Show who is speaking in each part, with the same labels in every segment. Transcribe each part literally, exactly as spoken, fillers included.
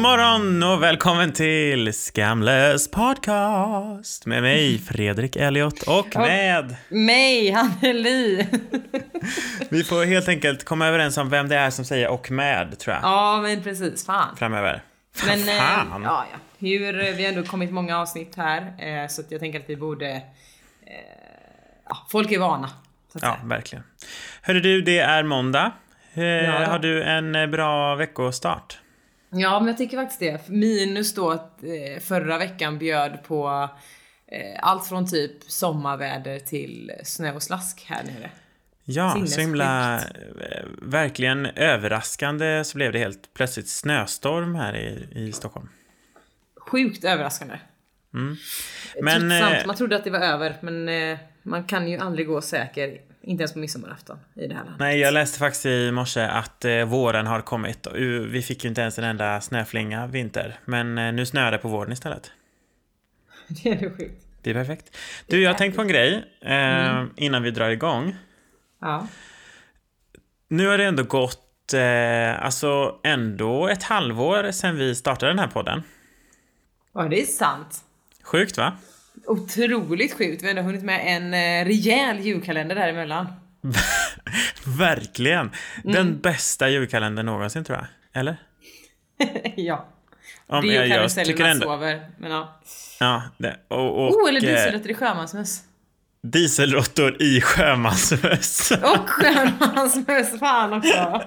Speaker 1: morgon och välkommen till Skamlös podcast med mig Fredrik Elliot och med
Speaker 2: mig Anneli.
Speaker 1: Vi får helt enkelt komma överens om vem det är som säger och med, tror jag.
Speaker 2: Ja, men precis, fan.
Speaker 1: Framöver.
Speaker 2: Men
Speaker 1: fan.
Speaker 2: Eh, ja, ja. Hur, vi har ändå kommit många avsnitt här eh, så att jag tänker att vi borde eh, ja, folk är vana. Så att
Speaker 1: ja,
Speaker 2: säga.
Speaker 1: Verkligen. Hörru du, det är måndag. Eh,
Speaker 2: ja.
Speaker 1: Har du en bra veckostart?
Speaker 2: Ja, men jag tycker faktiskt det. Minus då att eh, förra veckan bjöd på eh, allt från typ sommarväder till snö och slask här nere.
Speaker 1: Ja, så himla eh, verkligen överraskande så blev det helt plötsligt snöstorm här i, i Stockholm.
Speaker 2: Sjukt överraskande.
Speaker 1: Mm. Men,
Speaker 2: eh, man trodde att det var över, men eh, man kan ju aldrig gå säker. Inte ens på midsommarafton i det här landet.
Speaker 1: Nej, jag läste faktiskt i morse att eh, våren har kommit. Och vi fick ju inte ens en enda snöflinga vinter. Men eh, nu snöar det på våren istället.
Speaker 2: Det är det sjukt.
Speaker 1: Det är perfekt. Du, jag har tänkt på en grej eh, mm. innan vi drar igång.
Speaker 2: Ja.
Speaker 1: Nu har det ändå gått eh, alltså ändå ett halvår sedan vi startade den här podden.
Speaker 2: Ja, det är sant.
Speaker 1: Sjukt, va?
Speaker 2: Otroligt sjukt. Vi har ändå hunnit med en eh, rejäl julkalender däremellan.
Speaker 1: Verkligen. Den mm. bästa julkalendern någonsin, tror jag. Eller?
Speaker 2: Ja.
Speaker 1: Om
Speaker 2: det är ju
Speaker 1: jag, jag tycker ändå...
Speaker 2: sover, men ja.
Speaker 1: Ja, det, och, och,
Speaker 2: oh, eller dieselråttor i sjömansmöss.
Speaker 1: Dieselråttor i sjömansmöss.
Speaker 2: Och sjömansmöss, fan också.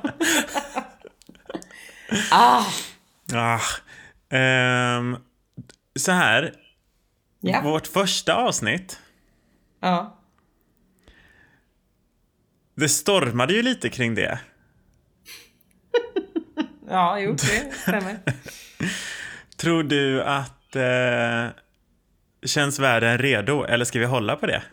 Speaker 2: ah.
Speaker 1: ah. Um, så här.
Speaker 2: Ja.
Speaker 1: Vårt första avsnitt.
Speaker 2: Ja.
Speaker 1: Det stormade ju lite kring det.
Speaker 2: Ja, jo, det stämmer.
Speaker 1: Tror du att eh, känns världen redo? Eller ska vi hålla på det?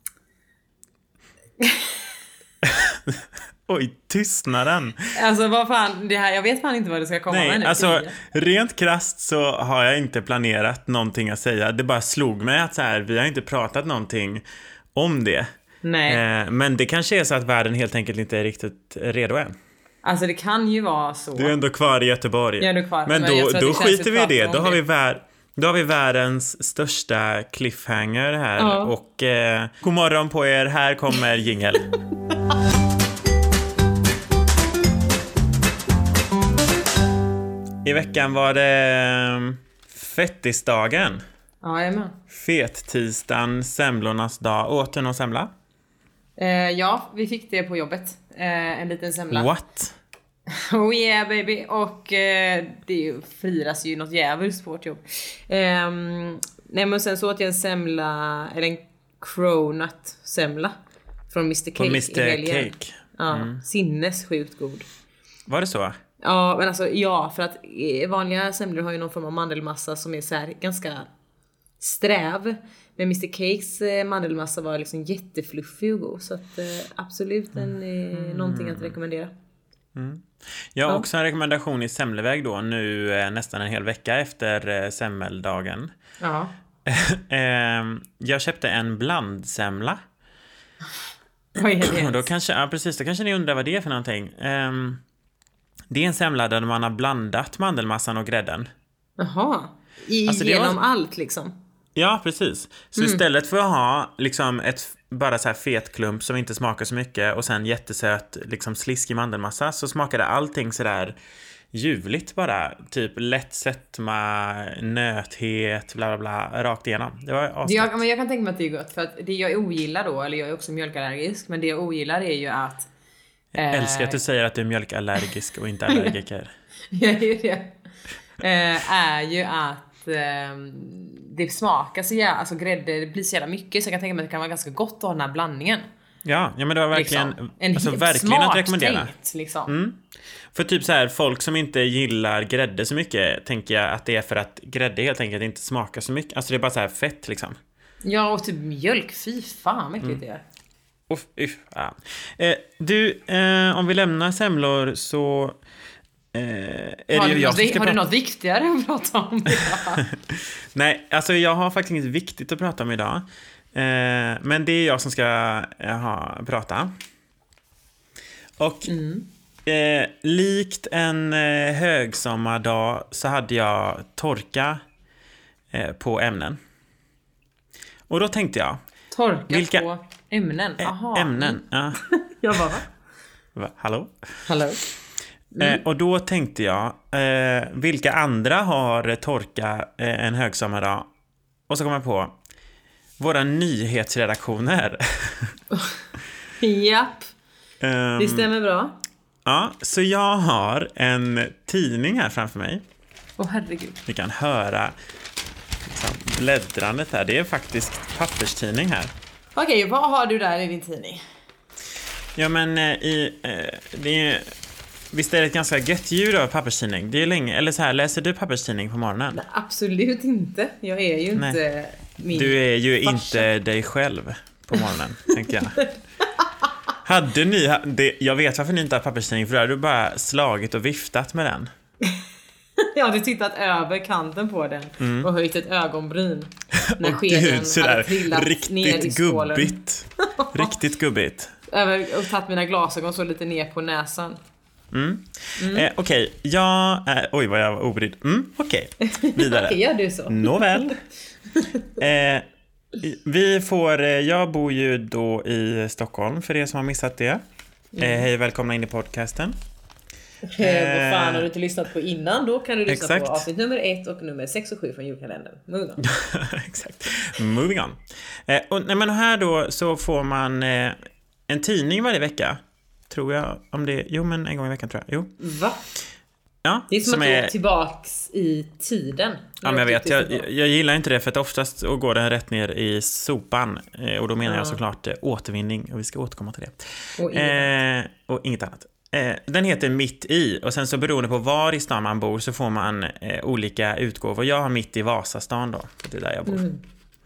Speaker 1: Oj, tystnaden.
Speaker 2: Alltså vad fan, det här, jag vet fan inte vad det ska komma
Speaker 1: Nej,
Speaker 2: med nu.
Speaker 1: alltså rent krasst så har jag inte planerat någonting att säga. Det bara slog mig att så här, vi har inte pratat någonting om det.
Speaker 2: Nej.
Speaker 1: Eh, men det kanske är så att världen helt enkelt inte är riktigt redo än.
Speaker 2: Alltså det kan ju vara så.
Speaker 1: Du är ändå kvar i Göteborg.
Speaker 2: Jag är ändå kvar.
Speaker 1: Men,
Speaker 2: men
Speaker 1: då, då skiter vi i det. Då har,
Speaker 2: det.
Speaker 1: vi vär, då har vi världens största cliffhanger här.
Speaker 2: Ja.
Speaker 1: Och eh, god morgon på er. Här kommer jingle. I veckan var det fettisdagen.
Speaker 2: Ja, jag är med.
Speaker 1: Fet-tisdagen, semlornas dag. Åt du någon semla?
Speaker 2: Eh, ja, vi fick det på jobbet. Eh, en liten semla.
Speaker 1: What?
Speaker 2: Oh yeah baby. Och eh, det firas ju något jävligt på vårt jobb. Eh, nej men sen så åt jag en semla, eller en cronut semla från mister Cake.
Speaker 1: Från mister Cake.
Speaker 2: Ja, mm. Sinnessjukt god.
Speaker 1: Var det så?
Speaker 2: Ja, men alltså ja, för att vanliga semlor har ju någon form av mandelmassa som är så här ganska sträv. Men mister Cakes mandelmassa var liksom jättefluffig och god. Så att absolut en, mm. någonting att rekommendera.
Speaker 1: Mm. Jag har ja. också en rekommendation i semleväg då. Nu nästan en hel vecka efter semmeldagen.
Speaker 2: Ja.
Speaker 1: Jag köpte en blandsemla.
Speaker 2: Vad är det?
Speaker 1: Och då kanske, ja, precis, då kanske ni undrar vad det är för någonting. Det är en semla där man har blandat mandelmassan och grädden.
Speaker 2: Jaha. I,
Speaker 1: alltså,
Speaker 2: genom
Speaker 1: var...
Speaker 2: allt liksom.
Speaker 1: Ja, precis. Så mm. istället för att ha liksom ett bara så här fet klump som inte smakar så mycket och sen jättesöt liksom sliskig mandelmassa, så smakade allting så där ljuvligt bara. Typ lätt sötma, nöthet, bla bla bla, rakt igenom. Det var asgott.
Speaker 2: Jag, men jag kan tänka mig att det är gott, för att det jag ogillar då, eller jag är också mjölkallergisk, men det jag ogillar är ju att
Speaker 1: jag eh... älskar att du säger att du är mjölkallergisk och inte allergiker.
Speaker 2: Jag är det. Eh, är ju att eh, det smakar så jävla, alltså grädde, det blir så jävla mycket, så jag kan tänka mig att det kan vara ganska gott att ha den här blandningen.
Speaker 1: Ja, ja men det var verkligen,
Speaker 2: liksom. En
Speaker 1: alltså, verkligen att rekommendera.
Speaker 2: Tänkt, liksom.
Speaker 1: Mm. För typ så här, folk som inte gillar grädde så mycket, tänker jag att det är för att grädde helt enkelt inte smakar så mycket. Alltså det är bara så här fett liksom.
Speaker 2: Ja, och typ mjölk, fy fan mycket mm. det är.
Speaker 1: Oh, uff, ja. eh, du, eh, om vi lämnar semlor så eh, är
Speaker 2: har
Speaker 1: det ju jag som ska
Speaker 2: Har
Speaker 1: prata...
Speaker 2: du något viktigare att prata om idag?
Speaker 1: Nej, alltså jag har faktiskt inget viktigt att prata om idag. Eh, men det är jag som ska ha, prata. Och
Speaker 2: mm.
Speaker 1: Eh, likt en eh, högsommardag så hade jag torka eh, på ämnen. Och då tänkte jag...
Speaker 2: Torka
Speaker 1: vilka...
Speaker 2: på ämnen? Aha.
Speaker 1: Ä- ämnen, ja.
Speaker 2: Jag bara, va?
Speaker 1: Va? Hallå?
Speaker 2: Hallå?
Speaker 1: Mm. Eh, och då tänkte jag, eh, vilka andra har torka eh, en högsommardag? Och så kom jag på, våra nyhetsredaktioner.
Speaker 2: Japp,
Speaker 1: um,
Speaker 2: det stämmer bra.
Speaker 1: Ja, så jag har en tidning här framför mig.
Speaker 2: Åh oh, herregud.
Speaker 1: Vi kan höra liksom, bläddrandet här. Det är faktiskt papperstidning här.
Speaker 2: Okej, vad har du där i din tidning?
Speaker 1: Ja, men eh, i, eh, det är, visst är det ett ganska gött ljud av papperstidning. Det är länge, eller så här, läser du papperstidning på morgonen?
Speaker 2: Nej, absolut inte. Jag är ju
Speaker 1: Nej.
Speaker 2: inte min
Speaker 1: Du är ju
Speaker 2: farsa.
Speaker 1: inte dig själv på morgonen, tänkte jag. Hade ni, det, jag vet varför ni inte har papperstidning, för då hade du bara slagit och viftat med den.
Speaker 2: Jag hade tittat över kanten på den mm. och höjt ett ögonbryn när
Speaker 1: och
Speaker 2: skeden
Speaker 1: sådär,
Speaker 2: hade trillat ner i
Speaker 1: riktigt
Speaker 2: skålen.
Speaker 1: gubbigt. Riktigt gubbigt.
Speaker 2: Över, och tagit mina glasögon så lite ner på näsan.
Speaker 1: Mm. Mm. Eh, okej, okay. jag är... Oj, vad jag var obrydd. Mm, okej, okay. Vidare.
Speaker 2: Okej, gör du så.
Speaker 1: Nåväl. Eh, vi får... Jag bor ju då i Stockholm, för er som har missat det. Mm. Eh, hej, välkomna in i podcasten.
Speaker 2: Eh, vad fan har du inte lyssnat på innan? Då kan du lyssna
Speaker 1: exakt.
Speaker 2: på avsnitt nummer ett och nummer sex och sju från julkalendern. Moving on.
Speaker 1: Exakt. Moving on. Eh, och, nej, men här då så får man eh, en tidning varje vecka. Tror jag om det... Jo, men en gång i veckan tror jag. Jo.
Speaker 2: Va?
Speaker 1: Ja,
Speaker 2: det är som, som att
Speaker 1: är...
Speaker 2: gå tillbaks i tiden.
Speaker 1: Ja, men jag vet. Jag, jag gillar inte det, för att oftast går den rätt ner i sopan. Eh, och då menar ja. jag såklart eh, återvinning. Och vi ska återkomma till det.
Speaker 2: Och inget,
Speaker 1: eh, och inget annat. Eh, den heter Mitt i. Och sen så beroende på var i stan man bor så får man eh, olika utgåvor. Jag har Mitt i Vasastan då. Det är där jag bor. Mm.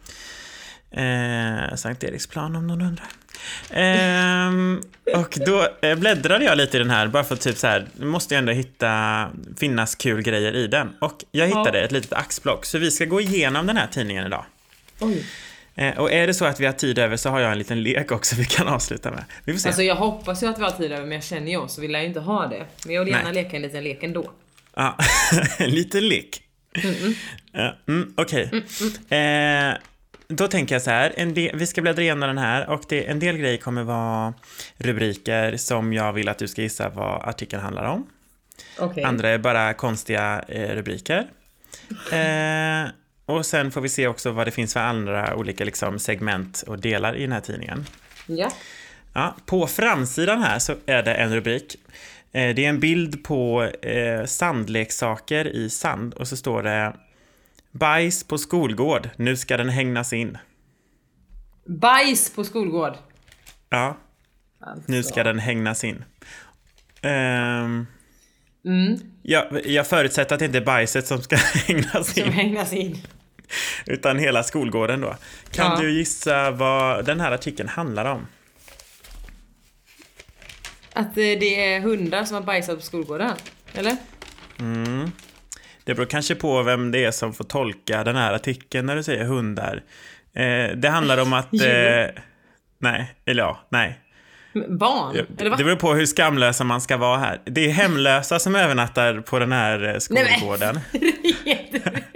Speaker 1: Eh, Sankt Eriksplan om någon undrar. Eh, och då eh, bläddrade jag lite i den här. Bara för typ så här, måste jag ändå hitta, finnas kul grejer i den. Och jag hittade ja. ett litet axblock. Så vi ska gå igenom den här tidningen idag.
Speaker 2: Oj.
Speaker 1: Eh, och är det så att vi har tid över så har jag en liten lek också vi kan avsluta med. Vi får se.
Speaker 2: Alltså jag hoppas ju att vi har tid över, men jag känner ju så vill jag ju inte ha det. Men jag vill gärna Nej. leka en liten lek ändå.
Speaker 1: Ja, en liten lek.
Speaker 2: Mm-mm.
Speaker 1: Uh, mm, Okej. Okay. Mm-mm. Eh, då tänker jag så här. En del, vi ska bläddra igenom den här. Och det, en del grejer kommer vara rubriker som jag vill att du ska gissa vad artikeln handlar om.
Speaker 2: Okay.
Speaker 1: Andra är bara konstiga eh, rubriker. Eh, och sen får vi se också vad det finns för andra olika liksom, segment och delar i den här tidningen.
Speaker 2: Ja.
Speaker 1: Ja, på framsidan här så är det en rubrik. Eh, det är en bild på eh, sandleksaker i sand. Och så står det: bajs på skolgård, nu ska den hängnas in.
Speaker 2: Bajs på skolgård?
Speaker 1: Ja, alltså. Nu ska den hängnas in. Um,
Speaker 2: mm.
Speaker 1: jag, jag förutsätter att det inte är bajset som ska hängnas in.
Speaker 2: Som hängnas in.
Speaker 1: Utan hela skolgården då. Kan ja. du gissa vad den här artikeln handlar om?
Speaker 2: Att det är hundar som har bajsat på skolgården, eller?
Speaker 1: Mm. Det beror kanske på vem det är som får tolka den här artikeln när du säger hundar. Eh, det handlar om att... Eh, nej, eller ja, nej.
Speaker 2: Barn? Eller vad?
Speaker 1: Det beror på hur skamlösa man ska vara här. Det är hemlösa som övernattar på den här skolgården.
Speaker 2: Nej,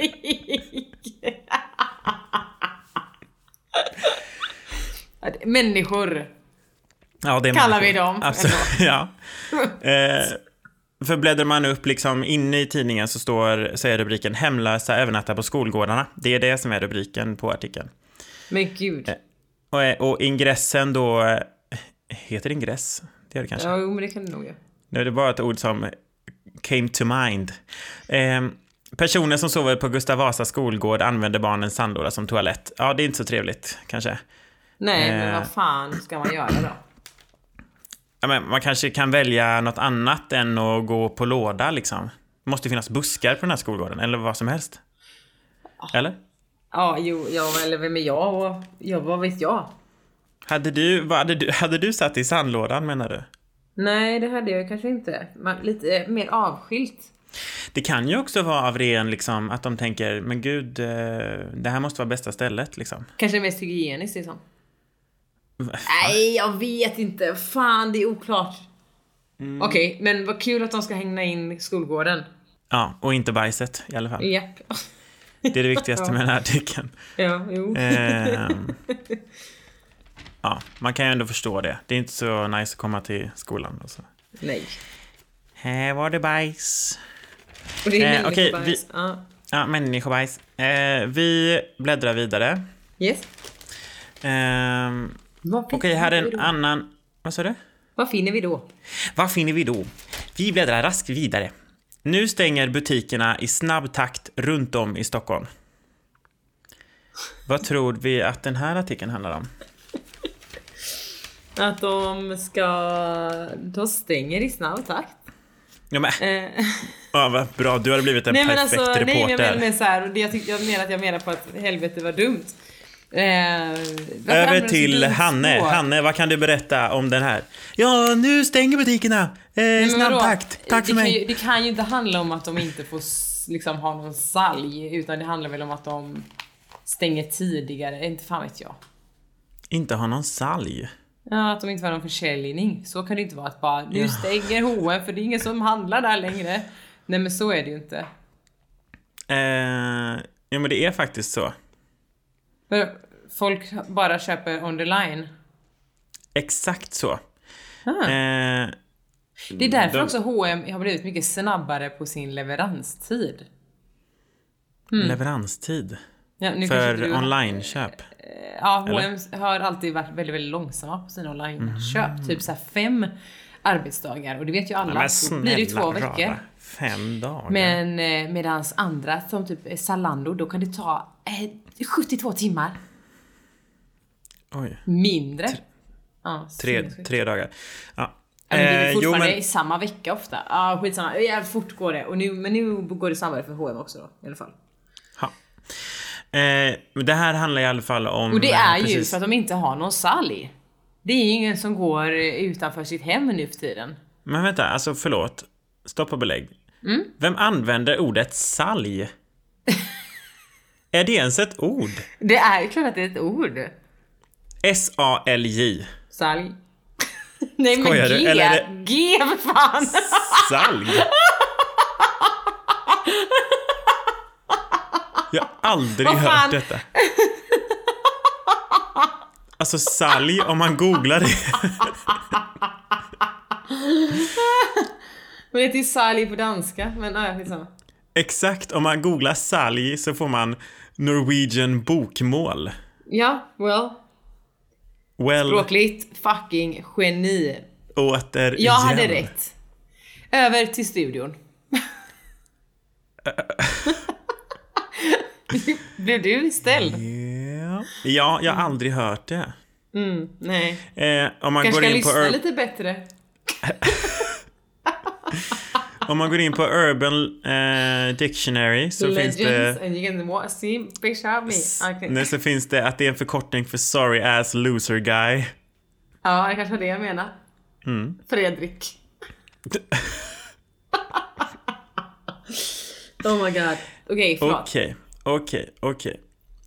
Speaker 2: men... Människor.
Speaker 1: Ja, det är
Speaker 2: kallar
Speaker 1: människor.
Speaker 2: Vi dem.
Speaker 1: Absolut, ja. Eh, för bläddrar man upp liksom inne i tidningen så står så är rubriken hemlösa övernattar på skolgårdarna. Det är det som är rubriken på artikeln.
Speaker 2: Men gud.
Speaker 1: Eh, och, och ingressen då, heter det ingress? Det gör det kanske.
Speaker 2: Ja, men det kan det nog göra.
Speaker 1: Det är bara ett ord som came to mind. Eh, personer som sover på Gustav Vasa skolgård använder barnens sandlåda som toalett. Ja, det är inte så trevligt kanske.
Speaker 2: Nej, eh, men vad fan ska man göra då?
Speaker 1: Ja, men man kanske kan välja något annat än att gå på låda liksom. Det måste finnas buskar på den här skolgården eller vad som helst. Eller?
Speaker 2: Ja, jo, ja, eller vem är jag och ja, vad vet jag?
Speaker 1: Hade du, vad hade du, hade du satt i sandlådan menar du?
Speaker 2: Nej, det hade jag kanske inte. Man, lite mer avskilt.
Speaker 1: Det kan ju också vara av ren liksom att de tänker, men gud, det här måste vara bästa stället liksom.
Speaker 2: Kanske mest hygieniskt liksom. Nej, jag vet inte. Fan, det är oklart. Mm. Okej, okay, men vad kul att de ska hänga in skolgården.
Speaker 1: Ja, och inte bajset i alla fall.
Speaker 2: Japp.
Speaker 1: Det är det viktigaste ja. med den här artikeln.
Speaker 2: Ja, jo.
Speaker 1: Eh, ja, man kan ju ändå förstå det. Det är inte så nice att komma till skolan. Alltså.
Speaker 2: Nej.
Speaker 1: Här var det bajs.
Speaker 2: Och det är
Speaker 1: eh, okay, vi,
Speaker 2: ja.
Speaker 1: ja, människobajs. Eh, vi bläddrar vidare.
Speaker 2: Yes.
Speaker 1: Eh, Okej, okay, här är en annan... Vad sa du?
Speaker 2: Vad finner vi då?
Speaker 1: Vad finner vi då? Vi bläddrar raskt vidare. Nu stänger butikerna i snabb takt runt om i Stockholm. Vad tror vi att den här artikeln handlar om?
Speaker 2: Att de ska... De stänger i snabb takt.
Speaker 1: Ja, men... Eh. Ja, vad bra. Du har blivit en nej, perfekt alltså, reporter. Nej,
Speaker 2: men jag menar så här, och det jag, tyckte, jag menar att jag menar på att helvete var dumt. Eh,
Speaker 1: Över till Hanne. Hanne, vad kan du berätta om den här? Ja, nu stänger butikerna. Eh, i snabb takt. Tack för
Speaker 2: det
Speaker 1: mig.
Speaker 2: Kan ju, det kan ju inte handla om att de inte får liksom ha någon salg, utan det handlar väl om att de stänger tidigare. Inte fan vet jag.
Speaker 1: Inte ha någon salg?
Speaker 2: Ja, att de inte har någon försäljning. Så kan det inte vara att bara, nu stänger H och M för det är ingen som handlar där längre. Nej, men så är det ju inte.
Speaker 1: Eh, ja, men det är faktiskt så.
Speaker 2: Folk bara köper on the line.
Speaker 1: Exakt så.
Speaker 2: Ah. Eh, det är därför de... också H och M har blivit mycket snabbare på sin leveranstid.
Speaker 1: Mm. Leveranstid?
Speaker 2: Ja, nu
Speaker 1: för
Speaker 2: du...
Speaker 1: online-köp?
Speaker 2: Ja, H och M har alltid varit väldigt, väldigt långsamma på sina online-köp. Mm. Typ så här fem arbetsdagar. Och det vet ju alla.
Speaker 1: Men snälla,
Speaker 2: blir det två veckor.
Speaker 1: Rara. Fem dagar.
Speaker 2: Men eh, medans andra som typ Zalando, då kan det ta eh, sjuttiotvå timmar.
Speaker 1: Oj.
Speaker 2: Mindre.
Speaker 1: Tre,
Speaker 2: ja,
Speaker 1: tre, tre dagar. Ja.
Speaker 2: Ja, men det är fortfarande
Speaker 1: eh, jo, men...
Speaker 2: i samma vecka ofta. Ja, skitsamma. Ja, fort går det. Och nu, men nu går det snabbare för H och M också då, i alla fall.
Speaker 1: Ja. Eh, det här handlar i alla fall om...
Speaker 2: Och det är
Speaker 1: precis...
Speaker 2: ju för att de inte har någon salg. Det är ingen som går utanför sitt hem nu för tiden.
Speaker 1: Men vänta, alltså förlåt. Stopp och belägg.
Speaker 2: Mm?
Speaker 1: Vem använder ordet salg? Är det ens ett ord?
Speaker 2: Det är ju klart att det är ett ord.
Speaker 1: S A L J.
Speaker 2: Salg. Nej, men
Speaker 1: skojar
Speaker 2: G.
Speaker 1: Du? Eller det...
Speaker 2: G, för fan.
Speaker 1: Salg. Jag har aldrig hört detta. Alltså salg, om man googlar det.
Speaker 2: Men det är till salg på danska. Men ja, skitsamma.
Speaker 1: Exakt, om man googlar salg så får man Norwegian bokmål.
Speaker 2: Ja, well.
Speaker 1: well
Speaker 2: Språkligt fucking geni.
Speaker 1: Åter
Speaker 2: Jag hade rätt. Över till studion. Blev du ställd?
Speaker 1: Yeah. Ja, jag har aldrig hört det.
Speaker 2: Mm, nej.
Speaker 1: Eh, om man
Speaker 2: kanske
Speaker 1: går in
Speaker 2: ska
Speaker 1: på
Speaker 2: lyssna
Speaker 1: ur...
Speaker 2: lite bättre.
Speaker 1: Om man går in på Urban eh, Dictionary så
Speaker 2: Legends,
Speaker 1: finns det...
Speaker 2: and you can see picture of me. Okay.
Speaker 1: Nej, så finns det att det är en förkortning för sorry ass loser guy.
Speaker 2: Ja, det kanske var det jag menar.
Speaker 1: Mm.
Speaker 2: Fredrik. Oh my god. Okej, okay, förlåt.
Speaker 1: Okej, okej, okej.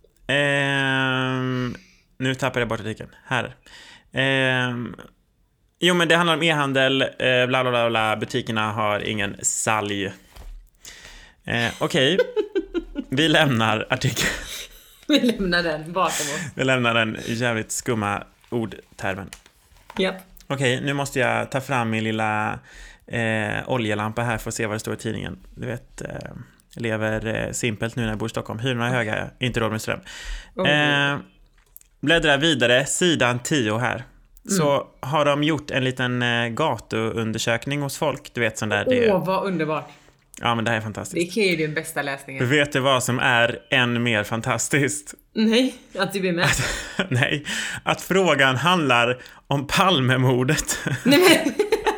Speaker 1: Ehm, nu tappar jag bort artikeln. Här. Ehm, jo, men det handlar om e-handel. Eh, bla, bla, bla, bla. Butikerna har ingen salg. Eh, okej. Vi lämnar artikeln.
Speaker 2: Vi lämnar den bakom oss.
Speaker 1: Vi lämnar den jävligt skumma ordtermen.
Speaker 2: Japp.
Speaker 1: Okej, nu måste jag ta fram min lilla eh, oljelampa här för att se vad det står i tidningen. Du vet... Eh, Jag lever eh, simpelt nu när jag bor i Stockholm. Hyrorna är höga, inte råd med ström. Eh, bläddra vidare, sidan tio här. Mm. Så har de gjort en liten eh, gatuundersökning hos folk. Du vet sån där...
Speaker 2: Åh, oh, vad underbart.
Speaker 1: Ja, men det här är fantastiskt.
Speaker 2: Det är ju den bästa läsningen.
Speaker 1: Vet du vad som är än mer fantastiskt?
Speaker 2: Nej, att du blir med.
Speaker 1: Att, nej, att frågan handlar om Palmemordet.
Speaker 2: Nej, men...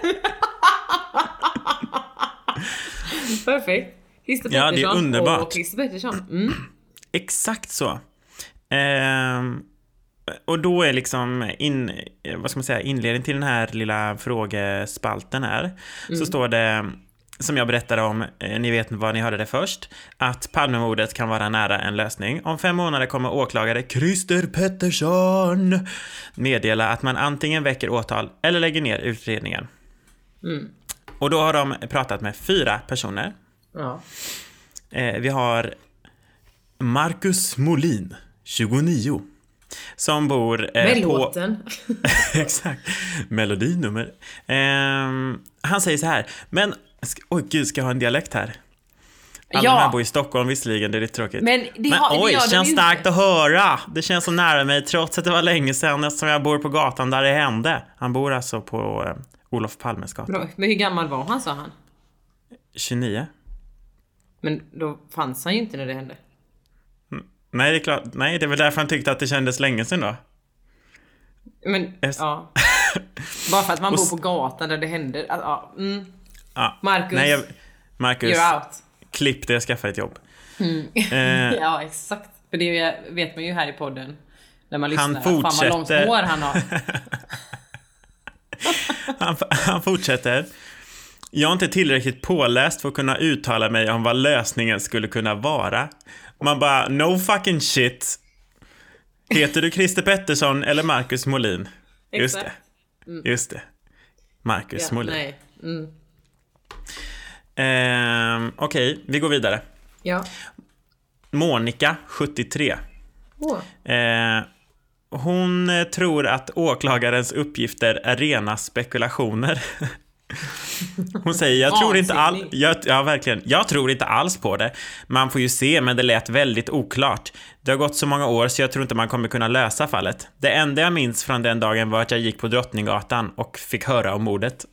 Speaker 2: Perfekt. Christer
Speaker 1: Ja, det är underbart.
Speaker 2: Och Christer Pettersson. Mm.
Speaker 1: Exakt så. Ehm, och då är liksom in, vad ska man säga, inledningen till den här lilla frågespalten här. Mm. Så står det, som jag berättade om, eh, ni vet vad ni hörde det först, att Palmemordet kan vara nära en lösning. Om fem månader kommer åklagare Christer Pettersson meddela att man antingen väcker åtal eller lägger ner utredningen.
Speaker 2: Mm.
Speaker 1: Och då har de pratat med fyra personer.
Speaker 2: Ja.
Speaker 1: Eh, vi har Marcus Molin, tjugonio. Som bor eh,
Speaker 2: med
Speaker 1: på...
Speaker 2: låten.
Speaker 1: Exakt. Melodinummer. Eh, han säger så här. Men, oj gud, ska jag ha en dialekt här? Alla
Speaker 2: Ja.
Speaker 1: här bor i Stockholm visserligen, det är lite tråkigt.
Speaker 2: Men, det
Speaker 1: Men
Speaker 2: har, det
Speaker 1: oj,
Speaker 2: gör de
Speaker 1: känns
Speaker 2: ju
Speaker 1: starkt
Speaker 2: inte.
Speaker 1: att höra. Det känns så nära mig trots att det var länge sedan eftersom jag bor på gatan där det hände. Han bor alltså på eh, Olof Palmes gata.
Speaker 2: Bra. Men hur gammal var han, sa han?
Speaker 1: tjugonio.
Speaker 2: Men då fanns han ju inte när det hände.
Speaker 1: Nej, det är klart. Nej, det är väl därför han tyckte att det kändes länge sedan då.
Speaker 2: Men,
Speaker 1: Yes.
Speaker 2: ja. Bara för att man
Speaker 1: Och
Speaker 2: bor
Speaker 1: s-
Speaker 2: på gatan där det händer. Alltså, ja. Mm.
Speaker 1: Ja.
Speaker 2: Marcus,
Speaker 1: Nej, jag... Marcus,
Speaker 2: you're out.
Speaker 1: klipp det, skaffa ett jobb.
Speaker 2: Mm.
Speaker 1: Eh,
Speaker 2: Ja, exakt. För det vet man ju här i podden. När man lyssnar.
Speaker 1: Han
Speaker 2: Fan vad långt
Speaker 1: fortsätter.
Speaker 2: hår han har.
Speaker 1: han, han fortsätter. Jag är inte tillräckligt påläst för att kunna uttala mig om vad lösningen skulle kunna vara. Man bara, no fucking shit. Heter du Christer Pettersson eller Marcus Molin? Just
Speaker 2: Exakt.
Speaker 1: det. Just det. Marcus
Speaker 2: Ja,
Speaker 1: Molin.
Speaker 2: nej. Mm.
Speaker 1: Ehm, Okej, vi går vidare.
Speaker 2: Ja.
Speaker 1: Monica, sjuttiotre.
Speaker 2: Åh.
Speaker 1: Eh, hon eh, tror att åklagarens uppgifter är rena spekulationer. Hon säger, jag tror inte all,
Speaker 2: Vansinnig.
Speaker 1: jag, ja, verkligen, jag tror inte alls på det. Man får ju se, men det lät väldigt oklart. Det har gått så många år så jag tror inte man kommer kunna lösa fallet. Det enda jag minns från den dagen var att jag gick på Drottninggatan och fick höra om mordet.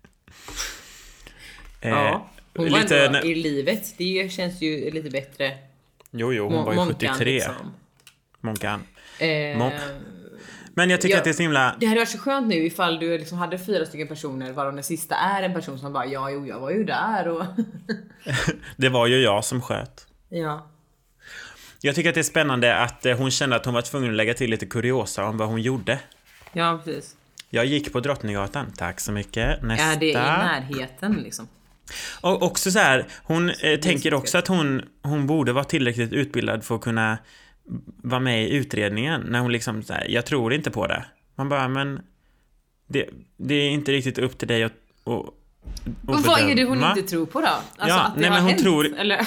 Speaker 2: Ja. Hon
Speaker 1: eh,
Speaker 2: var
Speaker 1: lite,
Speaker 2: ändå i livet. Det ju- känns ju lite bättre.
Speaker 1: Jo, jo, hon var ju
Speaker 2: Månkan,
Speaker 1: sjuttiotre.
Speaker 2: liksom.
Speaker 1: Månkan.
Speaker 2: Eh,
Speaker 1: Må- Men jag tycker
Speaker 2: Ja.
Speaker 1: att det är så himla...
Speaker 2: Det hade varit så skönt nu ifall du liksom hade fyra stycken personer, varav den sista är en person som bara ja, jo, jag var ju där och...
Speaker 1: Det var ju jag som sköt.
Speaker 2: Ja.
Speaker 1: Jag tycker att det är spännande att eh, hon kände att hon var tvungen att lägga till lite kuriosa om vad hon gjorde.
Speaker 2: Ja, precis.
Speaker 1: Jag gick på Drottninggatan. Tack så mycket. Nästa.
Speaker 2: Är det i närheten liksom?
Speaker 1: Och också så här, hon eh, tänker också att hon, hon borde vara tillräckligt utbildad för att kunna vara med i utredningen. När hon liksom så här, jag tror inte på det. Man bara, men det, det är inte riktigt upp till dig att, att, att
Speaker 2: Och vad är det hon
Speaker 1: bedöma.
Speaker 2: inte tror på då? Alltså
Speaker 1: Ja,
Speaker 2: att det
Speaker 1: nej,
Speaker 2: har
Speaker 1: men hon
Speaker 2: hänt?
Speaker 1: tror-
Speaker 2: Eller?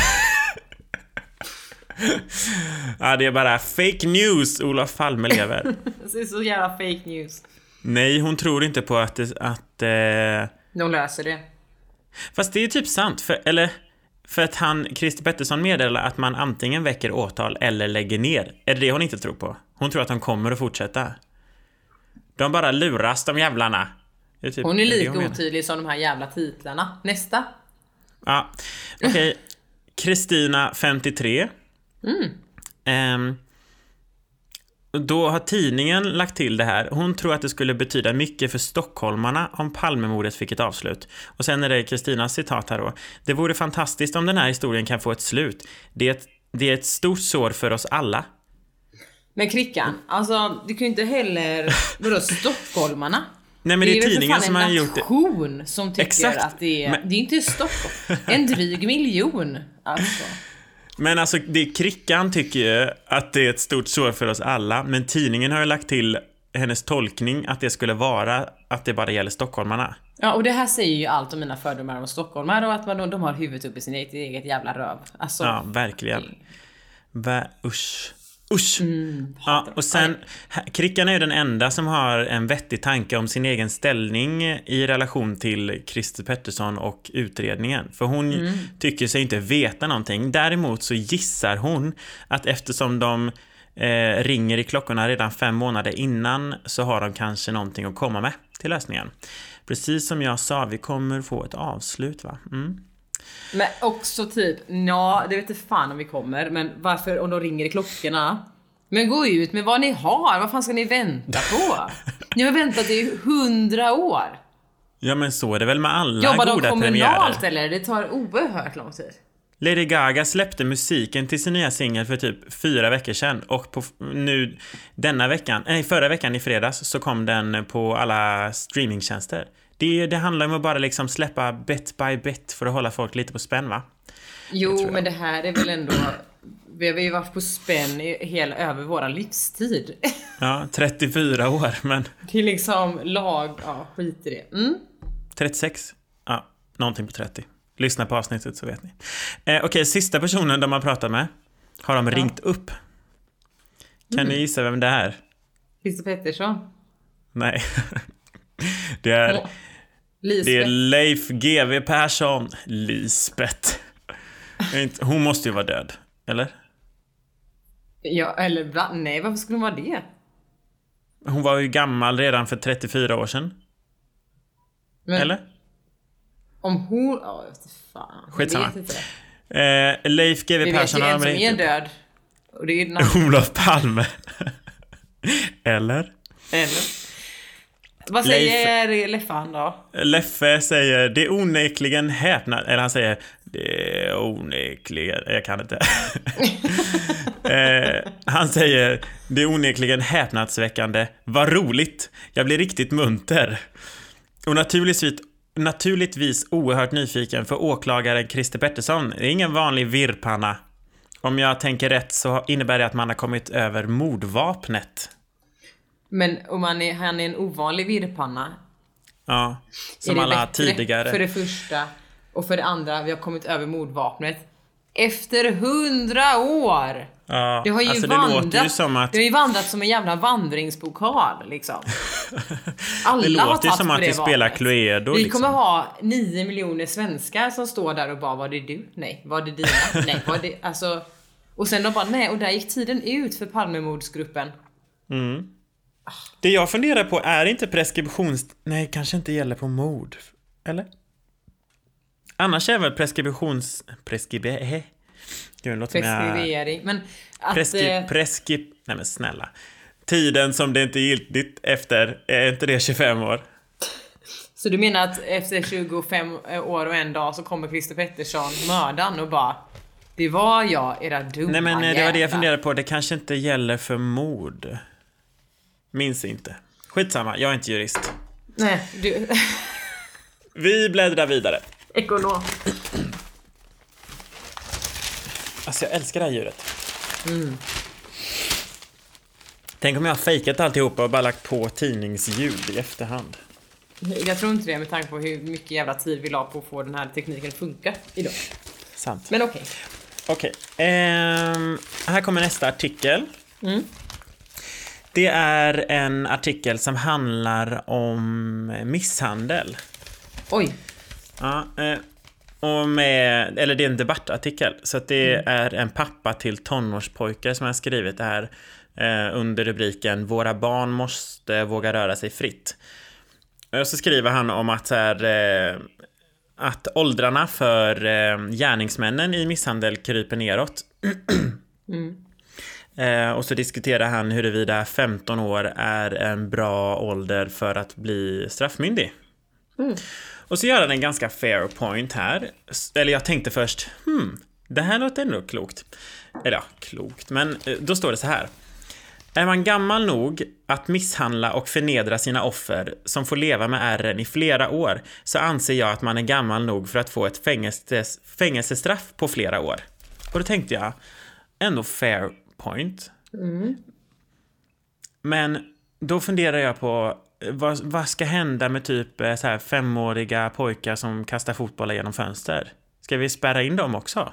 Speaker 1: Ja, det är bara fake news, Olof Palme lever.
Speaker 2: Det är så jävla fake news.
Speaker 1: Nej, hon tror inte på att det, att eh,
Speaker 2: De löser det.
Speaker 1: fast det är typ sant, för, eller för att han, Christer Pettersson meddelar att man antingen väcker åtal eller lägger ner. Är det det hon inte tror på? Hon tror att de kommer att fortsätta. De bara luras, de jävlarna. Det är typ,
Speaker 2: Hon är
Speaker 1: det
Speaker 2: lika
Speaker 1: hon menar.
Speaker 2: otydlig som de här jävla titlarna. Nästa.
Speaker 1: Ja, okej. Kristina, femtiotre.
Speaker 2: Mm.
Speaker 1: Ehm, då har tidningen lagt till det här. Hon tror att det skulle betyda mycket för stockholmarna om Palmemordet fick ett avslut. Och sen är det Kristinas citat här då. Det vore fantastiskt om den här historien kan få ett slut. Det är ett, det är ett stort sår för oss alla.
Speaker 2: Men Krickan, alltså du kan ju inte heller... Vadå, stockholmarna?
Speaker 1: Nej, men det är,
Speaker 2: väl för
Speaker 1: tidningen
Speaker 2: fan
Speaker 1: som
Speaker 2: en
Speaker 1: har gjort det.
Speaker 2: nation som tycker
Speaker 1: Exakt.
Speaker 2: att det är...
Speaker 1: Men-
Speaker 2: Det är inte Stockholm. En dryg miljon. Alltså.
Speaker 1: Men alltså, det, Krickan tycker ju att det är ett stort sår för oss alla. Men tidningen har ju lagt till hennes tolkning att det skulle vara att det bara gäller stockholmarna.
Speaker 2: Ja, och det här säger ju allt om mina fördomar om stockholmare och att man, de har huvudet upp i sin eget, eget jävla röv. Alltså,
Speaker 1: Ja, verkligen. Va, usch. Usch.
Speaker 2: Mm,
Speaker 1: Ja, och sen, Krickan är ju den enda som har en vettig tanke om sin egen ställning i relation till Christer Pettersson och utredningen. För hon
Speaker 2: Mm.
Speaker 1: tycker sig inte veta någonting. Däremot så gissar hon att eftersom de eh, ringer i klockorna redan fem månader innan så har de kanske någonting att komma med till lösningen. Precis som jag sa, vi kommer få ett avslut, va? Mm.
Speaker 2: Men också typ, ja, det vet inte fan om vi kommer, men varför om de ringer i klockorna? Men gå ut med vad ni har, vad fan ska ni vänta på? Ni har väntat i hundra år.
Speaker 1: Ja, men så är det väl med alla
Speaker 2: Jobbar de
Speaker 1: goda
Speaker 2: kommunalt
Speaker 1: premiärer.
Speaker 2: eller? Det tar oerhört lång tid.
Speaker 1: Lady Gaga släppte musiken till sin nya singel för typ fyra veckor sedan. Och på, nu denna veckan, nej förra veckan i fredags så kom den på alla streamingtjänster. Det, det handlar om att bara liksom släppa bit by bit för att hålla folk lite på spänn, va?
Speaker 2: Jo, men det här är väl ändå... Vi har ju varit på spänn i hela, över våra livstid.
Speaker 1: Ja, trettiofyra år, men
Speaker 2: Det är liksom lag... Ja, skit i det. Mm.
Speaker 1: trettiosex. Ja, någonting på trettio. Lyssna på avsnittet så vet ni. Eh, Okej, okay, sista personen de har pratat med har de ja. ringt upp. Kan mm. ni gissa vem det är?
Speaker 2: Christer Pettersson.
Speaker 1: Nej. det är oh. Det är Leif G W Persson. Lisbeth. Hon måste ju vara död, eller?
Speaker 2: Ja, eller nej, varför skulle hon vara det?
Speaker 1: Hon var ju gammal redan för trettiofyra år sedan. Men, eller?
Speaker 2: Om hon... Ja, oh, fan.
Speaker 1: Skitsamma. Jag vet inte. Eh, Leif G W Persson
Speaker 2: har... Vi vet ju en som är död. Och det är namn...
Speaker 1: Olof Palme. Eller?
Speaker 2: Eller? Vad säger Leif... Leffan då?
Speaker 1: Leffe säger, det är onekligen häpnad. Eller han säger, det är onekligen... Jag kan inte. eh, han säger, det är onekligen häpnadsväckande. Vad roligt. Jag blir riktigt munter. Och naturligtvis, naturligtvis oerhört nyfiken för åklagaren Christer Pettersson. Det är ingen vanlig virrpanna. Om jag tänker rätt så innebär det att man har kommit över mordvapnet.
Speaker 2: Men om man är, han är en ovanlig virrpanna.
Speaker 1: Ja, som alla tidigare.
Speaker 2: För det första. Och för det andra, vi har kommit över mordvapnet. Efter hundra år!
Speaker 1: Ja,
Speaker 2: det har ju,
Speaker 1: alltså det
Speaker 2: vandrat,
Speaker 1: låter ju som att...
Speaker 2: det har ju vandrat som en jävla vandringspokal, liksom. Alla
Speaker 1: det
Speaker 2: har
Speaker 1: låter ju som att vi spelar Cluedo.
Speaker 2: Vi
Speaker 1: liksom.
Speaker 2: kommer ha nio miljoner svenskar som står där och bara, var det du? Nej, var det dina? Nej, var det... Alltså... Och sen de bara, nej, och där gick tiden ut för Palmemordsgruppen.
Speaker 1: Mm. Det jag funderar på är inte preskriptions... Nej, kanske inte gäller på mord. Eller? Annars är väl preskriptions... Preskribe... Gud, låt
Speaker 2: Preskribering. Men att...
Speaker 1: Preskri... Preskri... Nej, men snälla. Tiden som det inte är giltigt efter, är inte det tjugofem år?
Speaker 2: Så du menar att efter tjugofem år och en dag så kommer Christer Pettersson, mördaren, och bara... Det var jag, era dumma.
Speaker 1: Nej, men
Speaker 2: jävla.
Speaker 1: Det var det jag funderade på. Det kanske inte gäller för mord. Minns inte. Skitsamma, jag är inte jurist.
Speaker 2: Nej, du...
Speaker 1: Vi bläddrar vidare.
Speaker 2: Ekonom.
Speaker 1: Alltså jag älskar det här djuret.
Speaker 2: Mm.
Speaker 1: Tänk om jag har fejkat alltihopa och bara lagt på tidningsljud i efterhand.
Speaker 2: Jag tror inte det med tanke på hur mycket jävla tid vi la på att få den här tekniken att funka idag.
Speaker 1: Sant.
Speaker 2: Men okej.
Speaker 1: Okay. Okej. Okay. Ehm, här kommer nästa artikel.
Speaker 2: Mm.
Speaker 1: Det är en artikel som handlar om misshandel.
Speaker 2: Oj.
Speaker 1: Ja, eh, och med, eller det är en debattartikel. Så att det mm. är en pappa till tonårspojkar som har skrivit det här eh, under rubriken Våra barn måste våga röra sig fritt. Och så skriver han om att så här, eh, att åldrarna för eh, gärningsmännen i misshandel kryper neråt.
Speaker 2: mm.
Speaker 1: Eh, och så diskuterar han huruvida femton år är en bra ålder för att bli straffmyndig.
Speaker 2: Mm.
Speaker 1: Och så gör han en ganska fair point här. Eller jag tänkte först, hmm, det här låter ändå klokt. Eller ja, klokt. Men eh, då står det så här. Är man gammal nog att misshandla och förnedra sina offer som får leva med ärren i flera år, så anser jag att man är gammal nog för att få ett fängelses, fängelsestraff på flera år. Och då tänkte jag, ändå fair point.
Speaker 2: Mm.
Speaker 1: Men då funderar jag på vad, vad ska hända med typ så här femåriga pojkar som kastar fotbollar genom fönster? Ska vi spärra in dem också?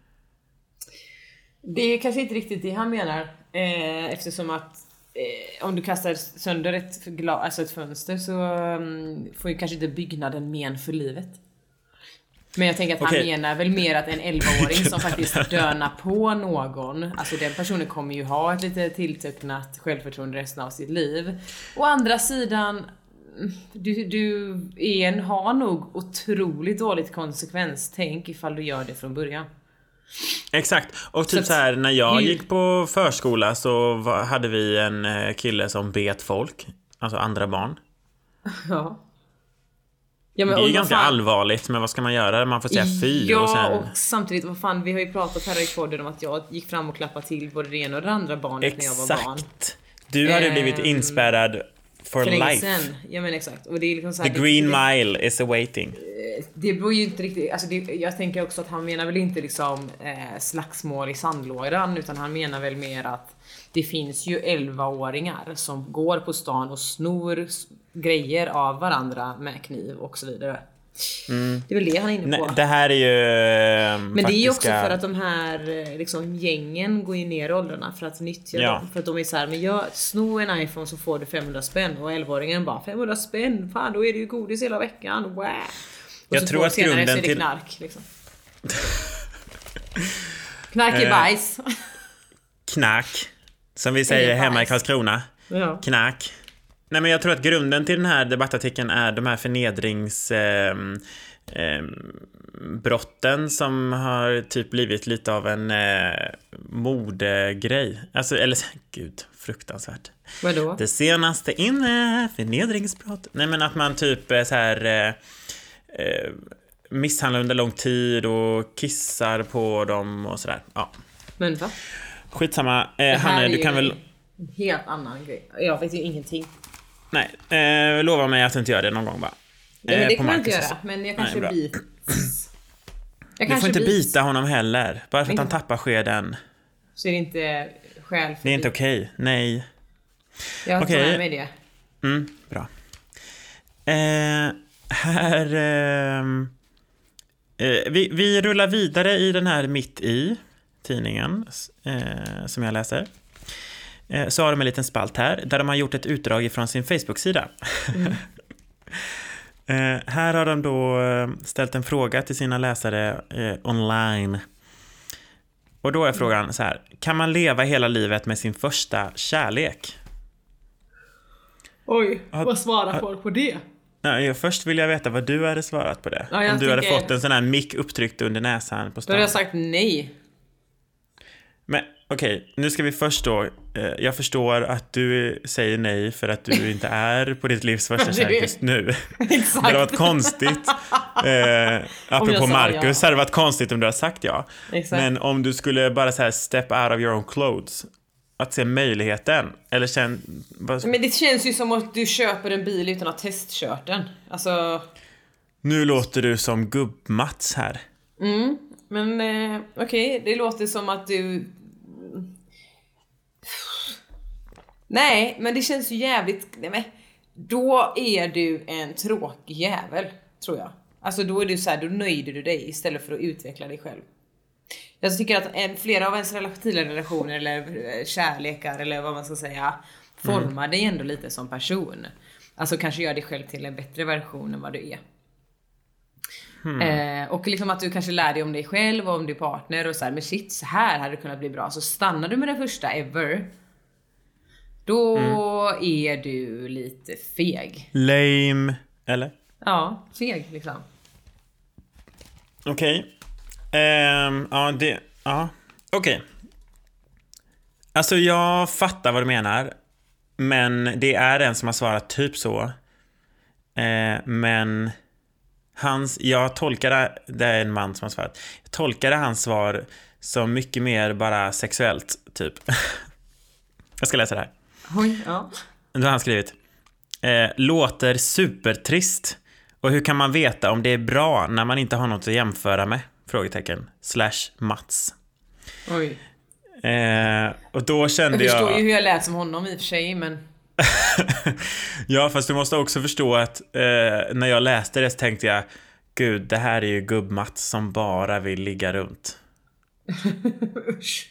Speaker 2: Det är kanske inte riktigt det han menar. Eh, eftersom att eh, om du kastar sönder ett, gla- alltså ett fönster så um, får ju kanske inte byggnaden men för livet. Men jag tänker att
Speaker 1: okay.
Speaker 2: han menar väl mer att en elvaåring som faktiskt dönar på någon, alltså den personen kommer ju ha ett lite tilltecknat självförtroende resten av sitt liv. Å andra sidan, du, du är en, har nog otroligt dåligt konsekvenstänk ifall du gör det från början.
Speaker 1: Exakt, och typ så, så här när jag ju... gick på förskola så var, hade vi en kille som bet folk, alltså andra barn.
Speaker 2: Ja. Ja, men,
Speaker 1: det är ju ganska fan... allvarligt, men vad ska man göra? Man får säga fy.
Speaker 2: Ja,
Speaker 1: och, sen...
Speaker 2: och samtidigt, vad fan, vi har ju pratat här i podden om att jag gick fram och klappade till både det ena och det andra barnet. Exakt. När jag var barn.
Speaker 1: Du hade um... blivit inspärrad for life.
Speaker 2: Sen. Ja men exakt. Och det är liksom så här,
Speaker 1: The green
Speaker 2: det,
Speaker 1: mile is awaiting.
Speaker 2: Det beror ju inte riktigt, alltså det, jag tänker också att han menar väl inte liksom eh, slagsmål i sandlådan, utan han menar väl mer att det finns ju elvaåringar som går på stan och snor grejer av varandra med kniv och så vidare. Mm. Det är väl det han är inne på.
Speaker 1: Nej, det här är ju
Speaker 2: um, Men faktiska... det är ju också för att de här liksom, gängen går ju ner i åldrarna för att nyttja ja. dem. För att de är så här, men jag snor en iPhone så får du femhundra spänn. Och elvaåringen bara, femhundra spänn? Fan, då är det ju godis hela veckan. Wow. Och
Speaker 1: jag tror att grunden
Speaker 2: så är det
Speaker 1: till...
Speaker 2: knark liksom. Knark är bajs.
Speaker 1: Knack. Som vi säger hemma i Karlskrona.
Speaker 2: Ja.
Speaker 1: Knack. Nej, men jag tror att grunden till den här debattartikeln är de här förnedrings eh, eh, brotten som har typ blivit lite av en eh, modegrej. Alltså, eller gud, fruktansvärt.
Speaker 2: Vadå?
Speaker 1: Det senaste inne, förnedringsbrott. Nej, men att man typ är så här eh, eh, misshandlar under lång tid och kissar på dem och sådär. Ja.
Speaker 2: Men va?
Speaker 1: Skitsamma. Eh, Hanne, du kan väl...
Speaker 2: en helt annan grej. Jag vet ju ingenting.
Speaker 1: Nej, eh, lova mig att du inte gör det någon gång bara. Eh,
Speaker 2: Nej, men det kan jag inte göra, men jag kanske biter.
Speaker 1: Jag du får inte bits. bita honom heller, bara för att han tappar skeden.
Speaker 2: Så är det inte skäl för
Speaker 1: det är inte okej, okay. Nej.
Speaker 2: Jag tar med mig det.
Speaker 1: Mm, bra. Eh, här... Eh, eh, vi, vi rullar vidare i den här mitt i tidningen eh, som jag läser. Så har de en liten spalt här där de har gjort ett utdrag ifrån sin Facebook-sida. Mm. eh, här har de då ställt en fråga till sina läsare eh, online. Och då är frågan så här: kan man leva hela livet med sin första kärlek?
Speaker 2: Oj, har, vad svarar folk på det?
Speaker 1: Ja, först vill jag veta vad du hade svarat på det. Ja, om du hade fått en sån här mick upptryckt under näsan på stan.
Speaker 2: Då hade jag sagt nej.
Speaker 1: Men okej, okay, nu ska vi först då, eh, jag förstår att du säger nej för att du inte är på ditt livs första kärlek just nu.
Speaker 2: Exakt.
Speaker 1: Det hade varit konstigt, eh, apropå Marcus, ja. hade det varit konstigt om du har sagt ja. Exakt. Men om du skulle bara så här step out of your own clothes, att se möjligheten, eller känn... Bara...
Speaker 2: Men det känns ju som att du köper en bil utan att testkört den. Alltså...
Speaker 1: Nu låter du som gubb-Mats här.
Speaker 2: Mm, men eh, okej, okay. Det låter som att du... Nej, men det känns ju jävligt... Nej, men då är du en tråkig jävel, tror jag. Alltså då är du så här, då nöjder du dig istället för att utveckla dig själv. Jag tycker att en, flera av ens relationer eller kärlekar eller vad man ska säga formar mm. dig ändå lite som person. Alltså kanske gör dig själv till en bättre version än vad du är. Hmm. Eh, och liksom att du kanske lär dig om dig själv och om din partner och så här, men shit, så här hade det kunnat bli bra. Så stannar du med den första ever, då mm. är du lite feg.
Speaker 1: Lame, eller?
Speaker 2: Ja, feg liksom.
Speaker 1: Okej. Okay. Um, ja, det... Ja, okej. Okay. Alltså jag fattar vad du menar. Men det är en som har svarat typ så. Eh, men... Hans, jag tolkade, det är en man som har svarat, jag tolkade hans svar som mycket mer bara sexuellt, typ. Jag ska läsa det här.
Speaker 2: Oj, ja.
Speaker 1: Då har han skrivit: eh, låter supertrist. Och hur kan man veta om det är bra när man inte har något att jämföra med? Frågetecken. Slash Mats.
Speaker 2: Oj.
Speaker 1: Eh, och då kände jag...
Speaker 2: Jag förstår ju hur jag lät som honom i och för sig, men...
Speaker 1: Ja, fast du måste också förstå att eh, när jag läste det så tänkte jag, gud, det här är ju gubb-Mats som bara vill ligga runt.
Speaker 2: Usch.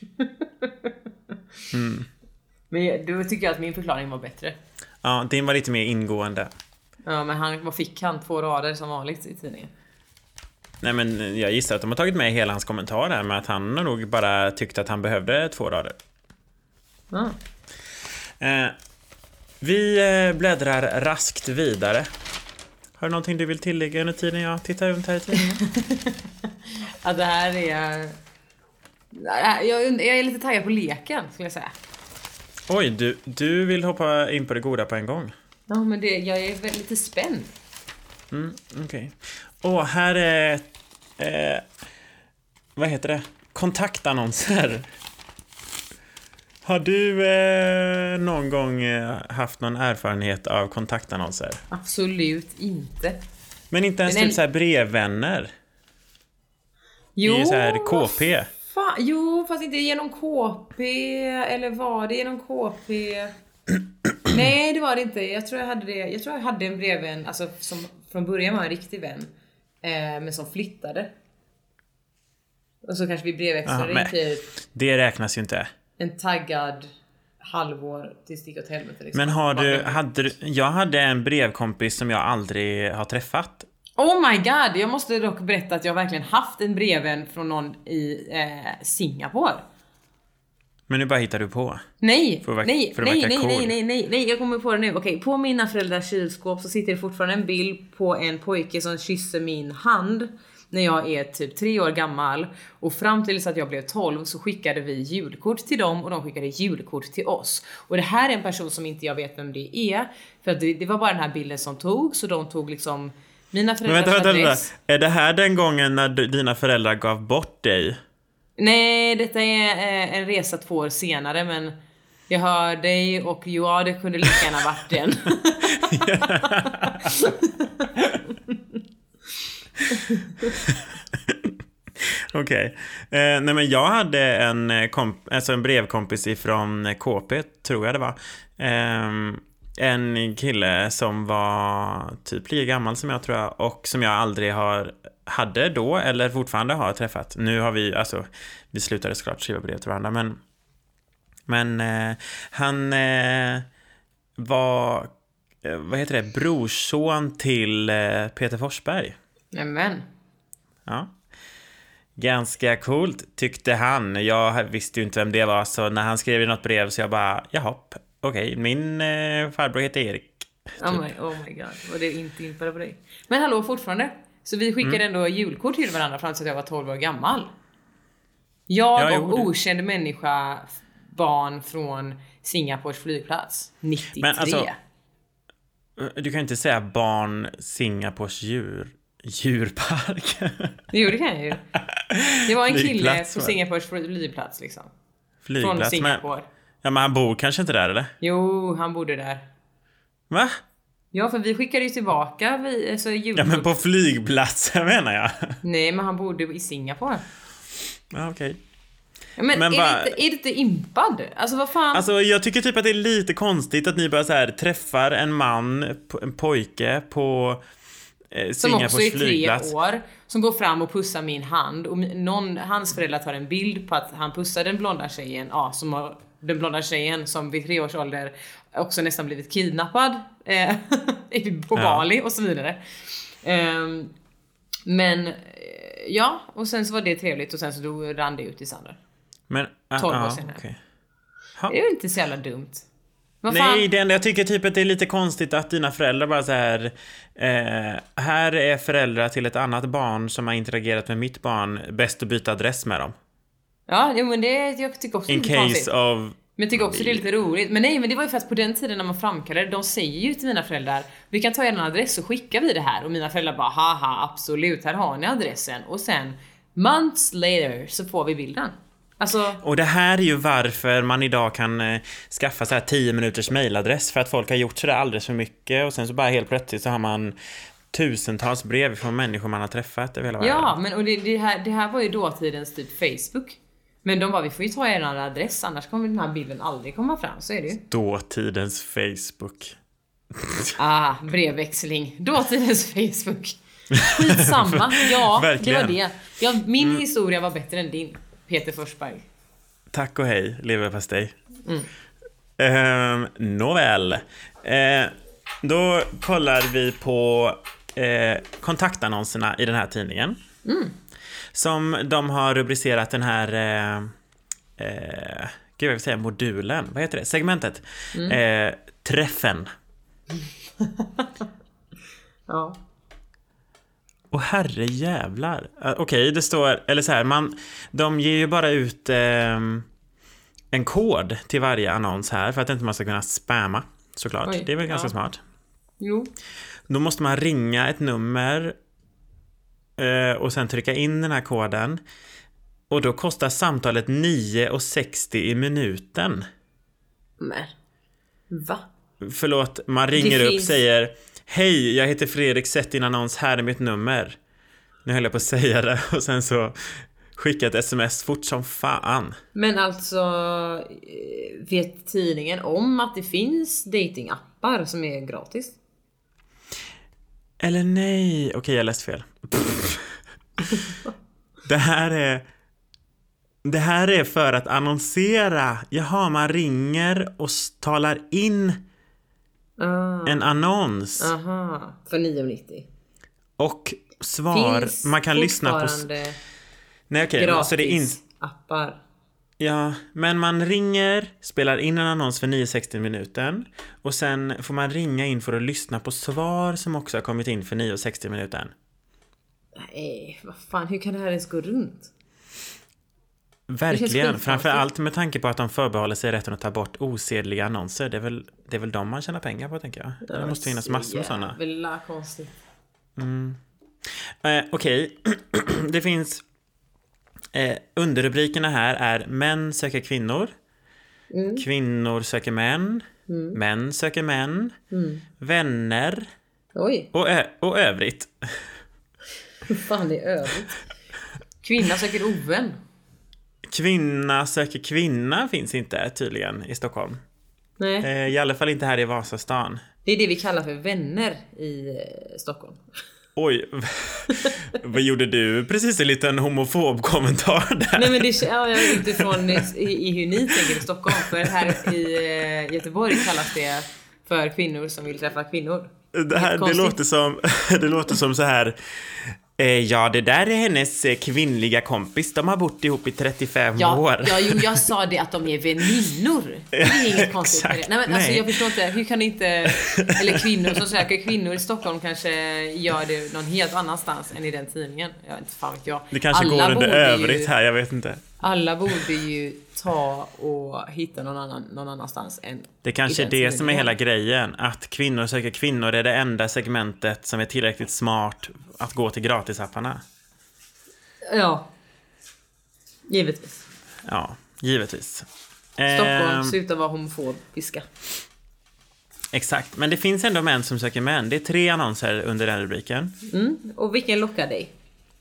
Speaker 2: Mm. Men då tycker jag att min förklaring var bättre.
Speaker 1: Ja, din var lite mer ingående.
Speaker 2: Ja, men han, vad fick han? Två rader som vanligt i tidningen.
Speaker 1: Nej, men jag gissar att de har tagit med hela hans kommentar där med att han nog bara tyckte att han behövde två rader.
Speaker 2: Ja.
Speaker 1: Eh, vi bläddrar raskt vidare. Har du någonting du vill tillägga under tiden jag tittar runt här i tidningen?
Speaker 2: Ja, det här är... Jag, jag är lite taggad på leken, skulle jag säga.
Speaker 1: Oj, du, du vill hoppa in på det goda på en gång.
Speaker 2: Ja, men det, jag är väldigt lite spänd.
Speaker 1: Mm, okej. Okay. Åh, här är... Eh, vad heter det? Kontaktannonser. Har du eh, någon gång eh, haft någon erfarenhet av kontaktannonser?
Speaker 2: Absolut inte.
Speaker 1: Men inte ens
Speaker 2: Men en...
Speaker 1: typ så här brevvänner?
Speaker 2: Jo,
Speaker 1: i så här K P.
Speaker 2: Fa- jo, fast inte genom K P. Eller var det genom K P? Nej, det var det inte. Jag tror jag hade det. Jag tror jag hade en brevvän, alltså som från början var en riktig vän, eh, men som flyttade. Och så kanske vi brevväxlade till
Speaker 1: det räknas ju inte.
Speaker 2: En taggad halvår till stick åt helvete liksom.
Speaker 1: Men har du, hade du, jag hade en brevkompis som jag aldrig har träffat.
Speaker 2: Oh my god, jag måste dock berätta att jag verkligen haft en brevvän från någon i eh, Singapore.
Speaker 1: Men nu bara hittar du på.
Speaker 2: Nej,
Speaker 1: för att,
Speaker 2: nej,
Speaker 1: för att
Speaker 2: nej,
Speaker 1: nej,
Speaker 2: nej, nej, nej, nej, nej, jag kommer på det nu. Okej, på mina föräldrars kylskåp så sitter det fortfarande en bild på en pojke som kysser min hand när jag är typ tre år gammal. Och fram tills att jag blev tolv så skickade vi julkort till dem och de skickade julkort till oss. Och det här är en person som inte jag vet vem det är. För att det, det var bara den här bilden som tog, så de tog liksom mina föräldrars
Speaker 1: Men vänta, vänta,
Speaker 2: adress.
Speaker 1: vänta. Är det här den gången när du, dina föräldrar gav bort dig?
Speaker 2: Nej, detta är eh, en resa två år senare, men jag hör dig och ja, det kunde lika gärna varit den.
Speaker 1: Okej. Okay. Eh, nej men jag hade en, komp- alltså en brevkompis ifrån K P, tror jag det var. Eh, en kille som var typ lika gammal som jag, tror jag, och som jag aldrig har hade då eller fortfarande har träffat. Nu har vi, alltså vi slutade såklart skriva brev till varandra, men men eh, han eh, var eh, vad heter det, brorson till eh, Peter Forsberg.
Speaker 2: Nämen.
Speaker 1: Ja. Ganska coolt tyckte han. Jag visste ju inte vem det var, så när han skrev i något brev så jag bara, jaha, okej, okay, min eh, farbror heter Erik. Typ.
Speaker 2: Oh, my, oh my god, och det är inte impade på dig. Men hallå, fortfarande. Så vi skickade mm. ändå julkort till varandra fram till att jag var tolv år gammal. Jag ja, och okänd människa, barn från Singapores flygplats nittiotre. Men alltså,
Speaker 1: du kan inte säga barn Singapores djur djurpark.
Speaker 2: Jo, det kan jag ju. Det var en kille på Singapores flygplats liksom.
Speaker 1: Flygplats, från Singapore. Men, ja, men han bor kanske inte där, eller?
Speaker 2: Jo, han bodde där.
Speaker 1: Va?
Speaker 2: Ja, för vi skickade ju tillbaka vi, alltså, julkort.
Speaker 1: Ja, men på flygplatsen menar jag.
Speaker 2: Nej, men han bodde i Singapore.
Speaker 1: Ja, okej. Okay.
Speaker 2: Ja, men, men är, bara, det inte, är det inte impad? Alltså vad fan?
Speaker 1: Alltså jag tycker typ att det är lite konstigt att ni bara så här träffar en man, en pojke på eh,
Speaker 2: som också är tre
Speaker 1: flygplats.
Speaker 2: år, som går fram och pussar min hand, och någon, hans föräldrar tar en bild på att han pussar den blonda tjejen, ja, som har, den blonda tjejen som vid tre års ålder också nästan blivit kidnappad eh, på Bali ja. Och så vidare. Um, men ja, och sen så var det trevligt och sen så då rann det ut i sanden.
Speaker 1: Men
Speaker 2: tolv
Speaker 1: uh,
Speaker 2: år senare.
Speaker 1: Okay.
Speaker 2: Det är ju inte så jävla dumt.
Speaker 1: Vad Nej, fan? Det enda jag tycker typ att det är lite konstigt att dina föräldrar bara så här eh, här är föräldrar till ett annat barn som har interagerat med mitt barn, bäst att byta adress med dem.
Speaker 2: Ja, men det jag tycker också
Speaker 1: In
Speaker 2: är lite
Speaker 1: case
Speaker 2: konstigt.
Speaker 1: Of...
Speaker 2: Men jag tycker också det är lite roligt. Men nej, men det var ju för att på den tiden när man framkallade, de säger ju till mina föräldrar, vi kan ta er adress och skicka vi det här. Och mina föräldrar bara, haha, absolut, här har ni adressen. Och sen, months later, så får vi bilden. Alltså...
Speaker 1: Och det här är ju varför man idag kan eh, skaffa så här tio minuters mailadress, för att folk har gjort så där alldeles för mycket och sen så bara helt plötsligt så har man tusentals brev från människor man har träffat över hela
Speaker 2: ja,
Speaker 1: världen.
Speaker 2: men och det, det, här, det här var ju dåtidens typ Facebook. Men de bara, vi får ju ta er adress, annars kommer den här bilden aldrig komma fram, så är det ju.
Speaker 1: Dåtidens Facebook.
Speaker 2: Ah, brevväxling. Dåtidens Facebook. Skitsamma, ja,
Speaker 1: verkligen.
Speaker 2: Det var det. Ja, min mm. historia var bättre än din, Peter Forsberg.
Speaker 1: Tack och hej, leverpastej.
Speaker 2: Mm.
Speaker 1: Eh, nåväl. Eh, då kollar vi på eh, kontaktannonserna i den här tidningen.
Speaker 2: Mm.
Speaker 1: Som de har rubricerat den här eh, eh, gud, jag vill säga modulen. Vad heter det? Segmentet. Mm. Eh, träffen.
Speaker 2: Ja.
Speaker 1: Och herre jävlar. Uh, Okej, okay, det står, eller så här, man, de ger ju bara ut eh, en kod till varje annons här för att inte man ska kunna spamma, såklart. Oj, det är väl ganska ja. smart.
Speaker 2: Jo.
Speaker 1: Då måste man ringa ett nummer eh, och sen trycka in den här koden. Och då kostar samtalet nio sextio i minuten.
Speaker 2: Men, va?
Speaker 1: Förlåt, man ringer
Speaker 2: Det
Speaker 1: upp
Speaker 2: finns-
Speaker 1: och säger hej, jag heter Fredrik, sätt din annons, här är mitt nummer. Nu höll jag på att säga det och sen så skicka ett sms fort som fan.
Speaker 2: Men alltså, eh, vet tidningen om att det finns datingappar som är gratis?
Speaker 1: Eller nej, okej jag läste fel. Det här är Det här är för att annonsera. Jaha, man ringer och talar in
Speaker 2: Ah,
Speaker 1: en annons.
Speaker 2: aha, för niohundranittio.
Speaker 1: Och svar,
Speaker 2: Finns
Speaker 1: man kan lyssna på...
Speaker 2: fortfarande
Speaker 1: Nej okej,
Speaker 2: gratis
Speaker 1: så det är in...
Speaker 2: appar.
Speaker 1: Ja, men man ringer, spelar in en annons för nio sextio minuten och sen får man ringa in för att lyssna på svar som också har kommit in för nio sextio minuten.
Speaker 2: Nej, vad fan, hur kan det här ens gå runt?
Speaker 1: Verkligen,
Speaker 2: skitkonstigt.
Speaker 1: framförallt med tanke på att de förbehåller sig rätten att ta bort osedliga annonser. Det är väl, det är väl de man tjänar pengar på, tänker jag. Det måste finnas massor med sådana.
Speaker 2: Jävla konstigt.
Speaker 1: Mm. Eh, Okej, det finns... Eh, underrubrikerna här är män söker kvinnor,
Speaker 2: Mm.
Speaker 1: kvinnor söker män,
Speaker 2: Mm.
Speaker 1: män söker män,
Speaker 2: Mm.
Speaker 1: vänner
Speaker 2: Oj,
Speaker 1: och, ö- och övrigt.
Speaker 2: hur fan det är övrigt. Kvinna söker ovän.
Speaker 1: Kvinna söker kvinna finns inte tydligen i Stockholm.
Speaker 2: Nej,
Speaker 1: Eh, I alla fall inte här i Vasastan.
Speaker 2: det är det vi kallar för vänner i eh, Stockholm.
Speaker 1: Oj, vad gjorde du? Precis en liten homofob kommentar där.
Speaker 2: Nej men det ja, jag är utifrån i, i hur ni tänker i Stockholm. För här i eh, Göteborg kallas det för kvinnor som vill träffa kvinnor.
Speaker 1: Det, här, det,
Speaker 2: Konstigt.
Speaker 1: låter som, det låter som så här. Eh, ja, det där är hennes eh, kvinnliga kompis. De har bott ihop i trettiofem
Speaker 2: Ja,
Speaker 1: år.
Speaker 2: ja jo, jag sa det att de är väninnor. Det är inget konstigt med det. Nej, men alltså,
Speaker 1: Nej.
Speaker 2: jag förstår inte, hur kan det inte... Eller kvinnor som söker kvinnor i Stockholm kanske gör det någon helt annanstans än i den tidningen. Jag vet inte, fan vet jag.
Speaker 1: Det kanske
Speaker 2: Alla
Speaker 1: går under
Speaker 2: borde
Speaker 1: övrigt
Speaker 2: ju,
Speaker 1: här, jag vet inte.
Speaker 2: Alla borde ju ta och hitta någon, annan, någon annanstans än
Speaker 1: Det kanske
Speaker 2: i
Speaker 1: är
Speaker 2: den
Speaker 1: det som är
Speaker 2: tidningen.
Speaker 1: hela grejen. Att kvinnor söker kvinnor är det enda segmentet som är tillräckligt smart att gå till gratisapparna.
Speaker 2: Ja. Givetvis.
Speaker 1: Ja, givetvis.
Speaker 2: Stockholm
Speaker 1: Ehm,
Speaker 2: slutar vara homofobiska.
Speaker 1: Exakt, men det finns ändå män som söker män. Det är tre annonser under den rubriken.
Speaker 2: Mm. Och vilken lockar dig?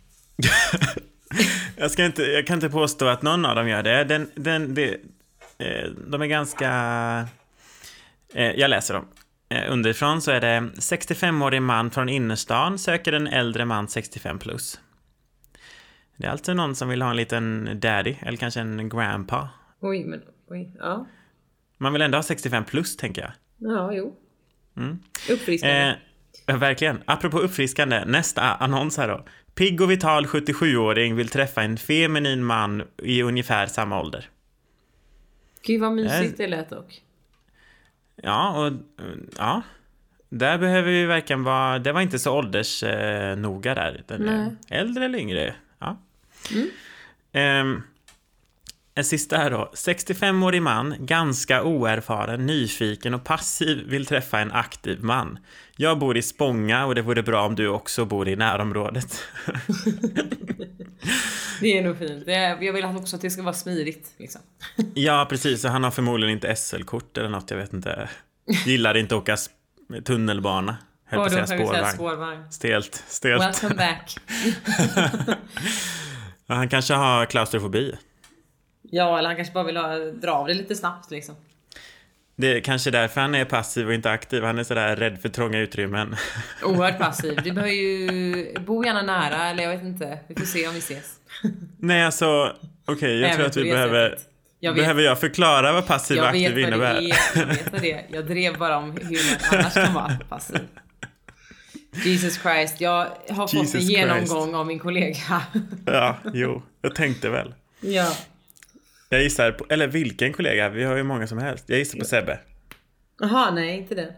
Speaker 1: Jag, ska inte, jag kan inte påstå att någon av dem gör det. Den, den, det eh, de är ganska... Eh, jag läser dem. Eh, underifrån så är det sextiofemårig man från innerstan söker en äldre man sextiofem plus. Det är alltså någon som vill ha en liten daddy eller kanske en grandpa.
Speaker 2: Oj, men oj, ja.
Speaker 1: Man vill ändå ha sextiofem plus, tänker jag.
Speaker 2: Ja, jo.
Speaker 1: Mm.
Speaker 2: Uppfriskande.
Speaker 1: Eh, verkligen. Apropå uppfriskande, nästa annons här då. Pigg och vital sjuttiosjuåring vill träffa en feminin man i ungefär samma ålder.
Speaker 2: Gud vad mysigt
Speaker 1: Eh.
Speaker 2: det lät dock.
Speaker 1: Ja, och ja. Där behöver vi verkligen vara... Det var inte så åldersnoga eh, noga där. Den är äldre eller yngre. Ja.
Speaker 2: Mm.
Speaker 1: Ehm, en sista här då. sextiofemårig man, ganska oerfaren, nyfiken och passiv, vill träffa en aktiv man. Jag bor i Spånga och det vore bra om du också bor i närområdet.
Speaker 2: Det är nog fint. Det är, jag vill också att det ska vara smidigt liksom.
Speaker 1: Ja, precis. Och han har förmodligen inte S L-kort eller något, jag vet inte. Gillar inte att åka s- tunnelbana. Höll på att säga spårvagn.
Speaker 2: spårvagn.
Speaker 1: Stelt, stelt.
Speaker 2: Welcome back.
Speaker 1: Ja, han kanske har klaustrofobi.
Speaker 2: Ja, eller han kanske bara vill ha, dra av det lite snabbt liksom.
Speaker 1: Det är kanske därför han är passiv och inte aktiv. Han är sådär rädd för trånga utrymmen.
Speaker 2: Oerhört passiv. Du behöver ju bo gärna nära, eller jag vet inte. Vi får se om vi ses.
Speaker 1: Nej, alltså, okej, okay, jag
Speaker 2: Även
Speaker 1: tror att
Speaker 2: på
Speaker 1: vi
Speaker 2: det
Speaker 1: behöver...
Speaker 2: sättet. Jag vet,
Speaker 1: Behöver jag förklara vad passiv och
Speaker 2: jag
Speaker 1: aktiv
Speaker 2: vet vad
Speaker 1: innebär?
Speaker 2: det är. Jag vet vad det är. Jag drev bara om hur man annars kan vara passiv. Jesus Christ, jag har fått
Speaker 1: Jesus
Speaker 2: en
Speaker 1: Christ.
Speaker 2: genomgång av min kollega.
Speaker 1: Ja, jo, jag tänkte väl.
Speaker 2: Ja.
Speaker 1: Jag gissar på, eller vilken kollega? Vi har ju många som helst. Jag gissar på Sebbe.
Speaker 2: Jaha, nej, inte det.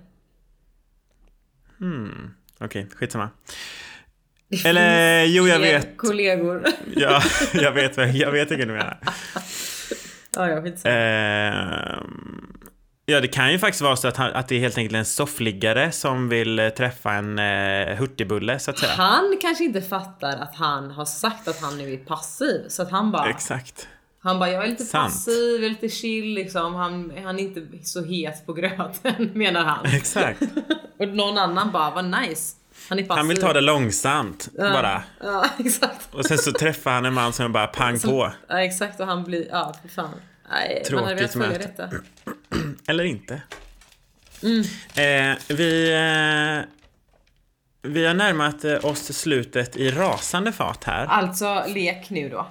Speaker 1: Hmm, okej, okay, skitsamma. Eller, jo, jag vet.
Speaker 2: Kollegor.
Speaker 1: Ja, jag vet, jag vet vilken du menar.
Speaker 2: Ja, jag vet.
Speaker 1: Ehm, ja, det kan ju faktiskt vara så att, han, att det är helt enkelt en soffliggare som vill träffa en eh, hurtigbulle, så att säga.
Speaker 2: Han kanske inte fattar att han har sagt att han nu är passiv. Så att han bara...
Speaker 1: Exakt.
Speaker 2: Han bara, jag är lite
Speaker 1: Sant.
Speaker 2: passiv, lite chill liksom. Han, han är inte så het på gröten, menar han.
Speaker 1: Exakt.
Speaker 2: Och någon annan bara, vad nice. Han är passiv.
Speaker 1: Han vill ta det långsamt,
Speaker 2: ja.
Speaker 1: bara.
Speaker 2: Ja, exakt.
Speaker 1: Och sen så träffar han en man som bara pang
Speaker 2: som,
Speaker 1: på.
Speaker 2: Ja, exakt. Och han blir, ja, för fan. Nej,
Speaker 1: Tråkigt
Speaker 2: man hade velat följa
Speaker 1: möte.
Speaker 2: detta.
Speaker 1: Eller inte.
Speaker 2: Mm.
Speaker 1: Eh, vi... Eh, vi har närmat oss till slutet i rasande fart här.
Speaker 2: Alltså, lek nu då.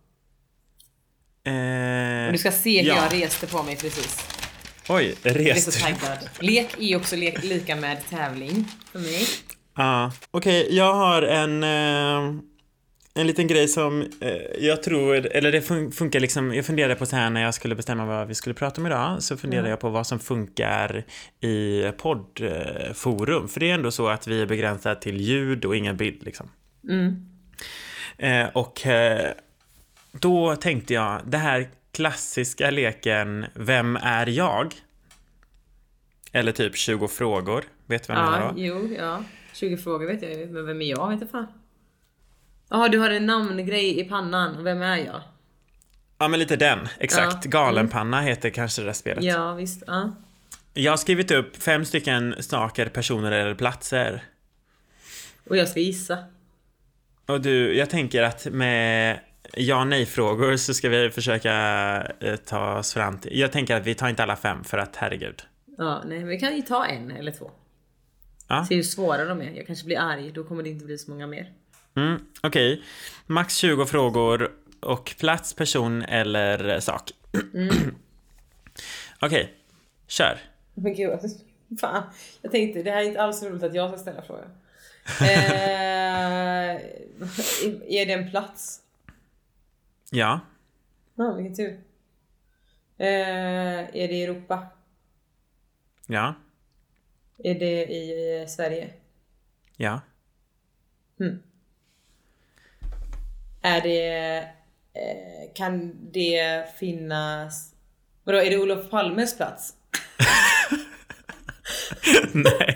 Speaker 1: Eh,
Speaker 2: Och du ska se hur
Speaker 1: ja.
Speaker 2: jag reste på mig precis.
Speaker 1: Oj,
Speaker 2: Jag är så
Speaker 1: rest.
Speaker 2: taggad. Lek är också le- lika med tävling för mig.
Speaker 1: Ja, okej, okay, jag har en eh, en liten grej som eh, jag tror, eller det fun- funkar liksom, jag funderade på så här när jag skulle bestämma vad vi skulle prata om idag, så funderade mm. jag på vad som funkar i poddforum, för det är ändå så att vi är begränsade till ljud och ingen bild liksom.
Speaker 2: Mm.
Speaker 1: Eh, och eh, då tänkte jag, det här klassiska leken, vem är jag? Eller typ tjugo frågor, vet du vad jag menar då?
Speaker 2: Jo, ja. tjugo frågor vet jag ju, men vem är jag? Vet jag fan. Jaha, du har en namngrej i pannan. Vem är jag?
Speaker 1: Ja, men lite den. Exakt.
Speaker 2: Ja.
Speaker 1: Galenpanna mm. heter kanske det där spelet.
Speaker 2: Ja, visst. Ja.
Speaker 1: Jag har skrivit upp fem stycken saker, personer eller platser.
Speaker 2: Och jag ska gissa.
Speaker 1: Och du, jag tänker att med ja-nej-frågor så ska vi försöka eh, ta oss fram till... Jag tänker att vi tar inte alla fem, för att herregud.
Speaker 2: Ja, nej, vi kan ju ta en eller två.
Speaker 1: Ja.
Speaker 2: Se hur svåra de är. Jag kanske blir arg, då kommer det inte bli så många mer.
Speaker 1: Mm, okej. Okay. Max tjugo frågor och plats, person eller sak.
Speaker 2: Mm.
Speaker 1: Okej, okay. Kör.
Speaker 2: Men gud, fan. Jag tänkte, det här är inte alls roligt att jag ska ställa frågor. eh, är det en plats?
Speaker 1: Ja.
Speaker 2: Ja, ah, vilken tur. Eh, är det i Europa?
Speaker 1: Ja.
Speaker 2: Är det i Sverige?
Speaker 1: Ja.
Speaker 2: Hmm. Är det... Eh, kan det finnas... Vadå, är det Olof Palmes plats?
Speaker 1: Nej.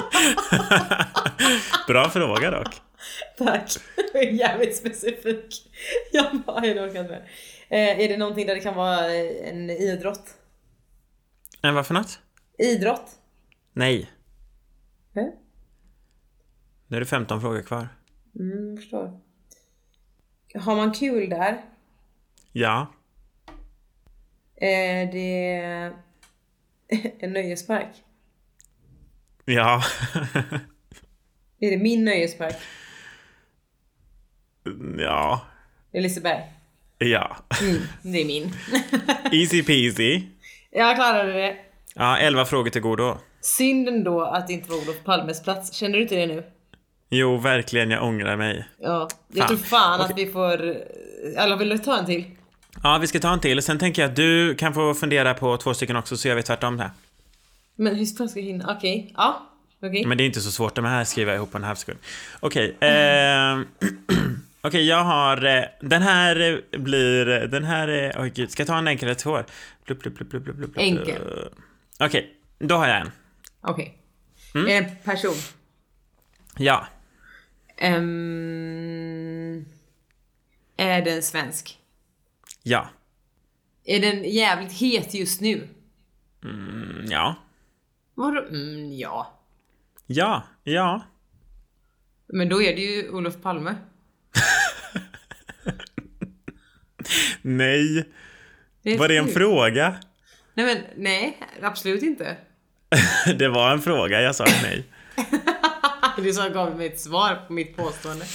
Speaker 1: Bra fråga dock.
Speaker 2: Tack. Jävligt specifik. Jag bara, jag orkar inte. Eh, är det någonting där det kan vara en idrott?
Speaker 1: Men vad för något?
Speaker 2: Idrott?
Speaker 1: Nej.
Speaker 2: Eh?
Speaker 1: Nu är det femton frågor kvar.
Speaker 2: Mm, jag förstår. Har man kul där?
Speaker 1: Ja.
Speaker 2: Är det en nöjespark?
Speaker 1: Ja.
Speaker 2: Är det min nöjespark?
Speaker 1: Ja.
Speaker 2: Liseberg?
Speaker 1: Ja.
Speaker 2: Mm, det är min.
Speaker 1: Easy peasy.
Speaker 2: Jag klarade det.
Speaker 1: Ja, elva frågor till godo.
Speaker 2: Synden då att det inte var Olof Palmes plats. Känner du inte det nu?
Speaker 1: Jo, verkligen, jag ångrar mig.
Speaker 2: Ja, jag
Speaker 1: fan.
Speaker 2: tror fan
Speaker 1: Okej.
Speaker 2: att vi får... Eller vill du ta en till?
Speaker 1: Ja, vi ska ta en till. Sen tänker jag att du kan få fundera på två stycken också, så gör vi tvärtom här.
Speaker 2: Men hur fan ska jag hinna? Okej, okay. Ja, okej. Okay.
Speaker 1: Men det är inte så svårt, de här skriver jag ihop på en halv sekund. Okej, okay, eh, okej, okay, jag har... Eh, den här blir... Den här är... Oj gud, ska jag ta en enkel eller två? Blup, blup, blup, blup, blup, blup.
Speaker 2: Enkel.
Speaker 1: Okej, okay, då har jag en.
Speaker 2: Okej.
Speaker 1: Okay. Mm.
Speaker 2: Är det en person?
Speaker 1: Ja.
Speaker 2: Um, är den svensk?
Speaker 1: Ja.
Speaker 2: Är den jävligt het just nu?
Speaker 1: Mm, ja.
Speaker 2: Vadå? Mm, ja.
Speaker 1: Ja, ja.
Speaker 2: Men då är det ju Olof Palme.
Speaker 1: Nej.
Speaker 2: Det
Speaker 1: var det en fråga?
Speaker 2: Nej men, nej, absolut inte.
Speaker 1: Det var en fråga, jag sa nej.
Speaker 2: Du sa gav mig ett svar på mitt påstående.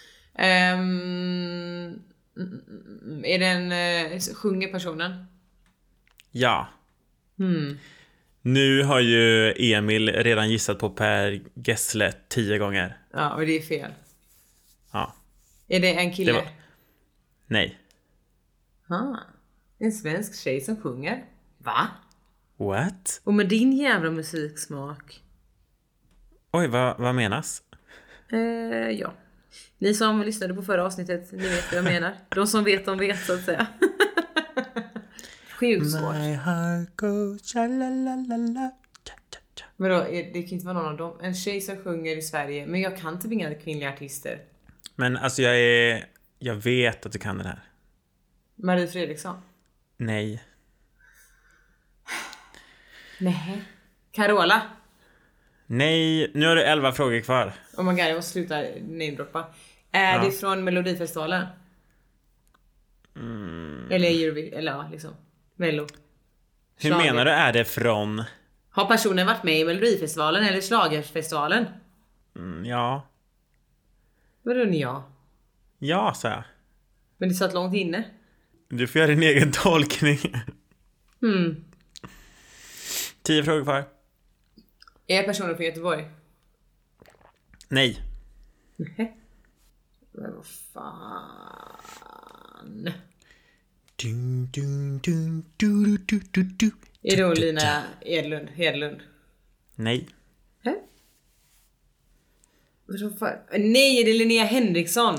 Speaker 2: Um, är den uh, sjunger personen?
Speaker 1: Ja.
Speaker 2: Hmm.
Speaker 1: Nu har ju Emil redan gissat på Per Gessle tio gånger.
Speaker 2: Ja, och det är fel.
Speaker 1: Ja.
Speaker 2: Är det en kille?
Speaker 1: Det var... Nej.
Speaker 2: Ah, en svensk tjej som sjunger. Va?
Speaker 1: What?
Speaker 2: Och med din jävla musiksmak.
Speaker 1: Oj, vad, vad menas?
Speaker 2: Eh, ja. Ni som lyssnade på förra avsnittet, ni vet vad jag menar. De som vet, de vet så att säga. Sjukt svårt.
Speaker 1: My heart goes la-la-la-la-la.
Speaker 2: Men då, det kan inte vara någon av dem. En tjej som sjunger i Sverige. Men jag kan typ inga kvinnliga artister.
Speaker 1: Men alltså jag är... Jag vet att du kan den här.
Speaker 2: Marie Fredriksson.
Speaker 1: Nej.
Speaker 2: Nej. Carola.
Speaker 1: Nej, nu har du elva frågor kvar.
Speaker 2: Oh my god, jag måste sluta namedroppa. Är
Speaker 1: Ja.
Speaker 2: det från Melodifestivalen?
Speaker 1: Mm.
Speaker 2: Eller Eurovision, eller ja, liksom Mello.
Speaker 1: Hur
Speaker 2: Schlager.
Speaker 1: menar du, är det från?
Speaker 2: Har personen varit med i Melodifestivalen eller Schlagerfestivalen?
Speaker 1: Mm, ja.
Speaker 2: Vadå ni ja?
Speaker 1: Ja, så jag.
Speaker 2: Men det satt långt inne.
Speaker 1: Du får göra din egen tolkning.
Speaker 2: Hmm.
Speaker 1: Tio frågor kvar.
Speaker 2: Är personen från Göteborg?
Speaker 1: Nej.
Speaker 2: Nej. Men vad fan.
Speaker 1: Dun, dun, dun, du, du, du, du.
Speaker 2: Är det hon Lina Edlund? Hedlund?
Speaker 1: Nej.
Speaker 2: Hä? Vadå fan? Nej, är det Linnea Henriksson?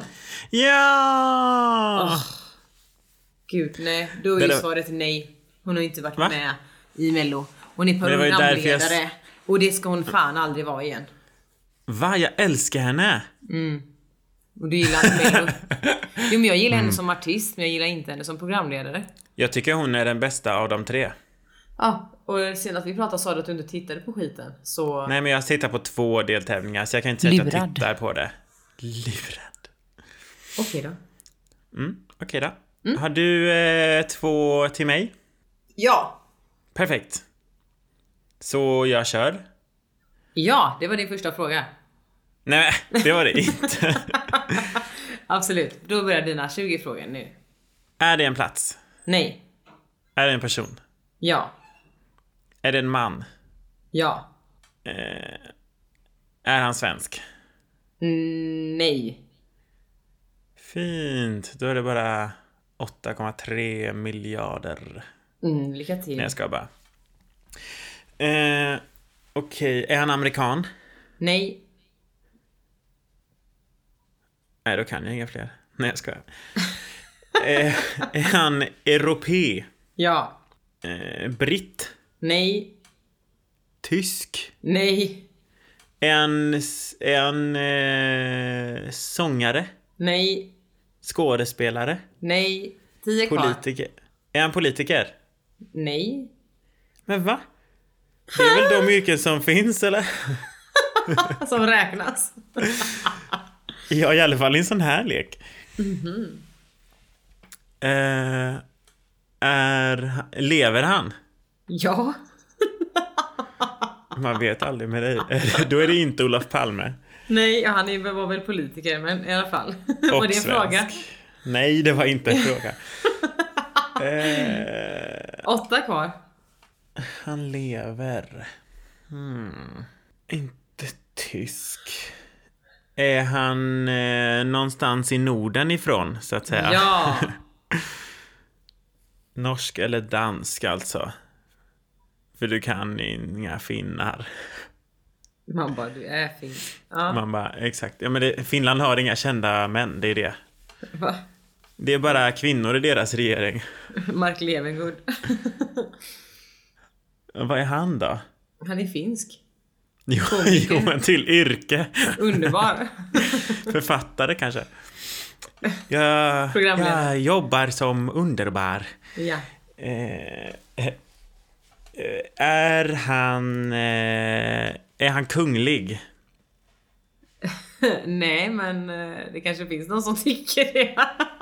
Speaker 1: Ja!
Speaker 2: Oh. Gud, nej. Då är
Speaker 1: Det
Speaker 2: ju
Speaker 1: där-
Speaker 2: svaret nej. Hon har inte varit
Speaker 1: Va?
Speaker 2: med i Mello. Hon är
Speaker 1: Men det var ju därför jag s-
Speaker 2: programledare. Och det ska hon fan aldrig vara igen.
Speaker 1: Va, jag älskar henne.
Speaker 2: Och du gillar inte Mello. Jo, men jag gillar henne som artist, men jag gillar inte henne som programledare.
Speaker 1: Jag tycker hon är den bästa av de tre.
Speaker 2: Ja, och sen att vi pratade sa du att du inte tittade på skiten. Så...
Speaker 1: Nej, men jag tittar på två deltävlingar, så jag kan inte säga att jag
Speaker 2: Lurad.
Speaker 1: tittar på det. Lurad.
Speaker 2: Okej då.
Speaker 1: Mm, okej då. Har du eh, två till mig?
Speaker 2: Ja!
Speaker 1: Perfekt. Så jag kör.
Speaker 2: Ja, det var din första fråga.
Speaker 1: Nej, det var det inte.
Speaker 2: Absolut. Då börjar dina tjugo frågor nu.
Speaker 1: Är det en plats?
Speaker 2: Nej.
Speaker 1: Är det en person?
Speaker 2: Ja.
Speaker 1: Är det en man?
Speaker 2: Ja.
Speaker 1: Eh, är han svensk?
Speaker 2: Mm, nej.
Speaker 1: Fint. Då är det bara åtta komma tre miljarder.
Speaker 2: Mm, lycka till.
Speaker 1: Nej, jag ska bara. Eh, Okej, är han amerikan?
Speaker 2: Nej.
Speaker 1: Nej, då kan jag inga fler. Nej, jag skojar. eh, är han europé?
Speaker 2: Ja.
Speaker 1: Eh, britt?
Speaker 2: Nej.
Speaker 1: Tysk?
Speaker 2: Nej.
Speaker 1: Är han, är han eh, sångare?
Speaker 2: Nej.
Speaker 1: Skådespelare?
Speaker 2: Nej. Tio kvar.
Speaker 1: Politiker? Är han politiker?
Speaker 2: Nej.
Speaker 1: Men va? Det är väl de yrken som finns, eller?
Speaker 2: Som räknas.
Speaker 1: Ja, i alla fall i en sån här lek. Mm-hmm. Eh, är, lever han?
Speaker 2: Ja.
Speaker 1: Man vet aldrig med dig. Då är det inte Olof Palme.
Speaker 2: Nej, han är, var väl politiker, men i alla fall.
Speaker 1: Och
Speaker 2: var det en
Speaker 1: svensk.
Speaker 2: fråga?
Speaker 1: Nej, det var inte en fråga. eh,
Speaker 2: Åtta kvar.
Speaker 1: han lever. Hmm. Inte tysk. Är han eh, någonstans i Norden ifrån, så att säga?
Speaker 2: Ja.
Speaker 1: Norsk eller dansk, alltså. För du kan inga finnar.
Speaker 2: Man bara, du är fin. Ja.
Speaker 1: Man bara, exakt. Ja, men det, Finland har inga kända män, det är det.
Speaker 2: Va?
Speaker 1: Det är bara kvinnor i deras regering.
Speaker 2: Mark Levengood.
Speaker 1: Vad är han då?
Speaker 2: Han är finsk.
Speaker 1: Jo,
Speaker 2: Komiker.
Speaker 1: jo men till yrke.
Speaker 2: Underbar.
Speaker 1: Författare kanske. Jag,
Speaker 2: Programledare.
Speaker 1: jag jobbar som underbar.
Speaker 2: Ja.
Speaker 1: Eh, eh, är han eh, är han kunglig?
Speaker 2: Nej, men eh, det kanske finns någon som tycker det.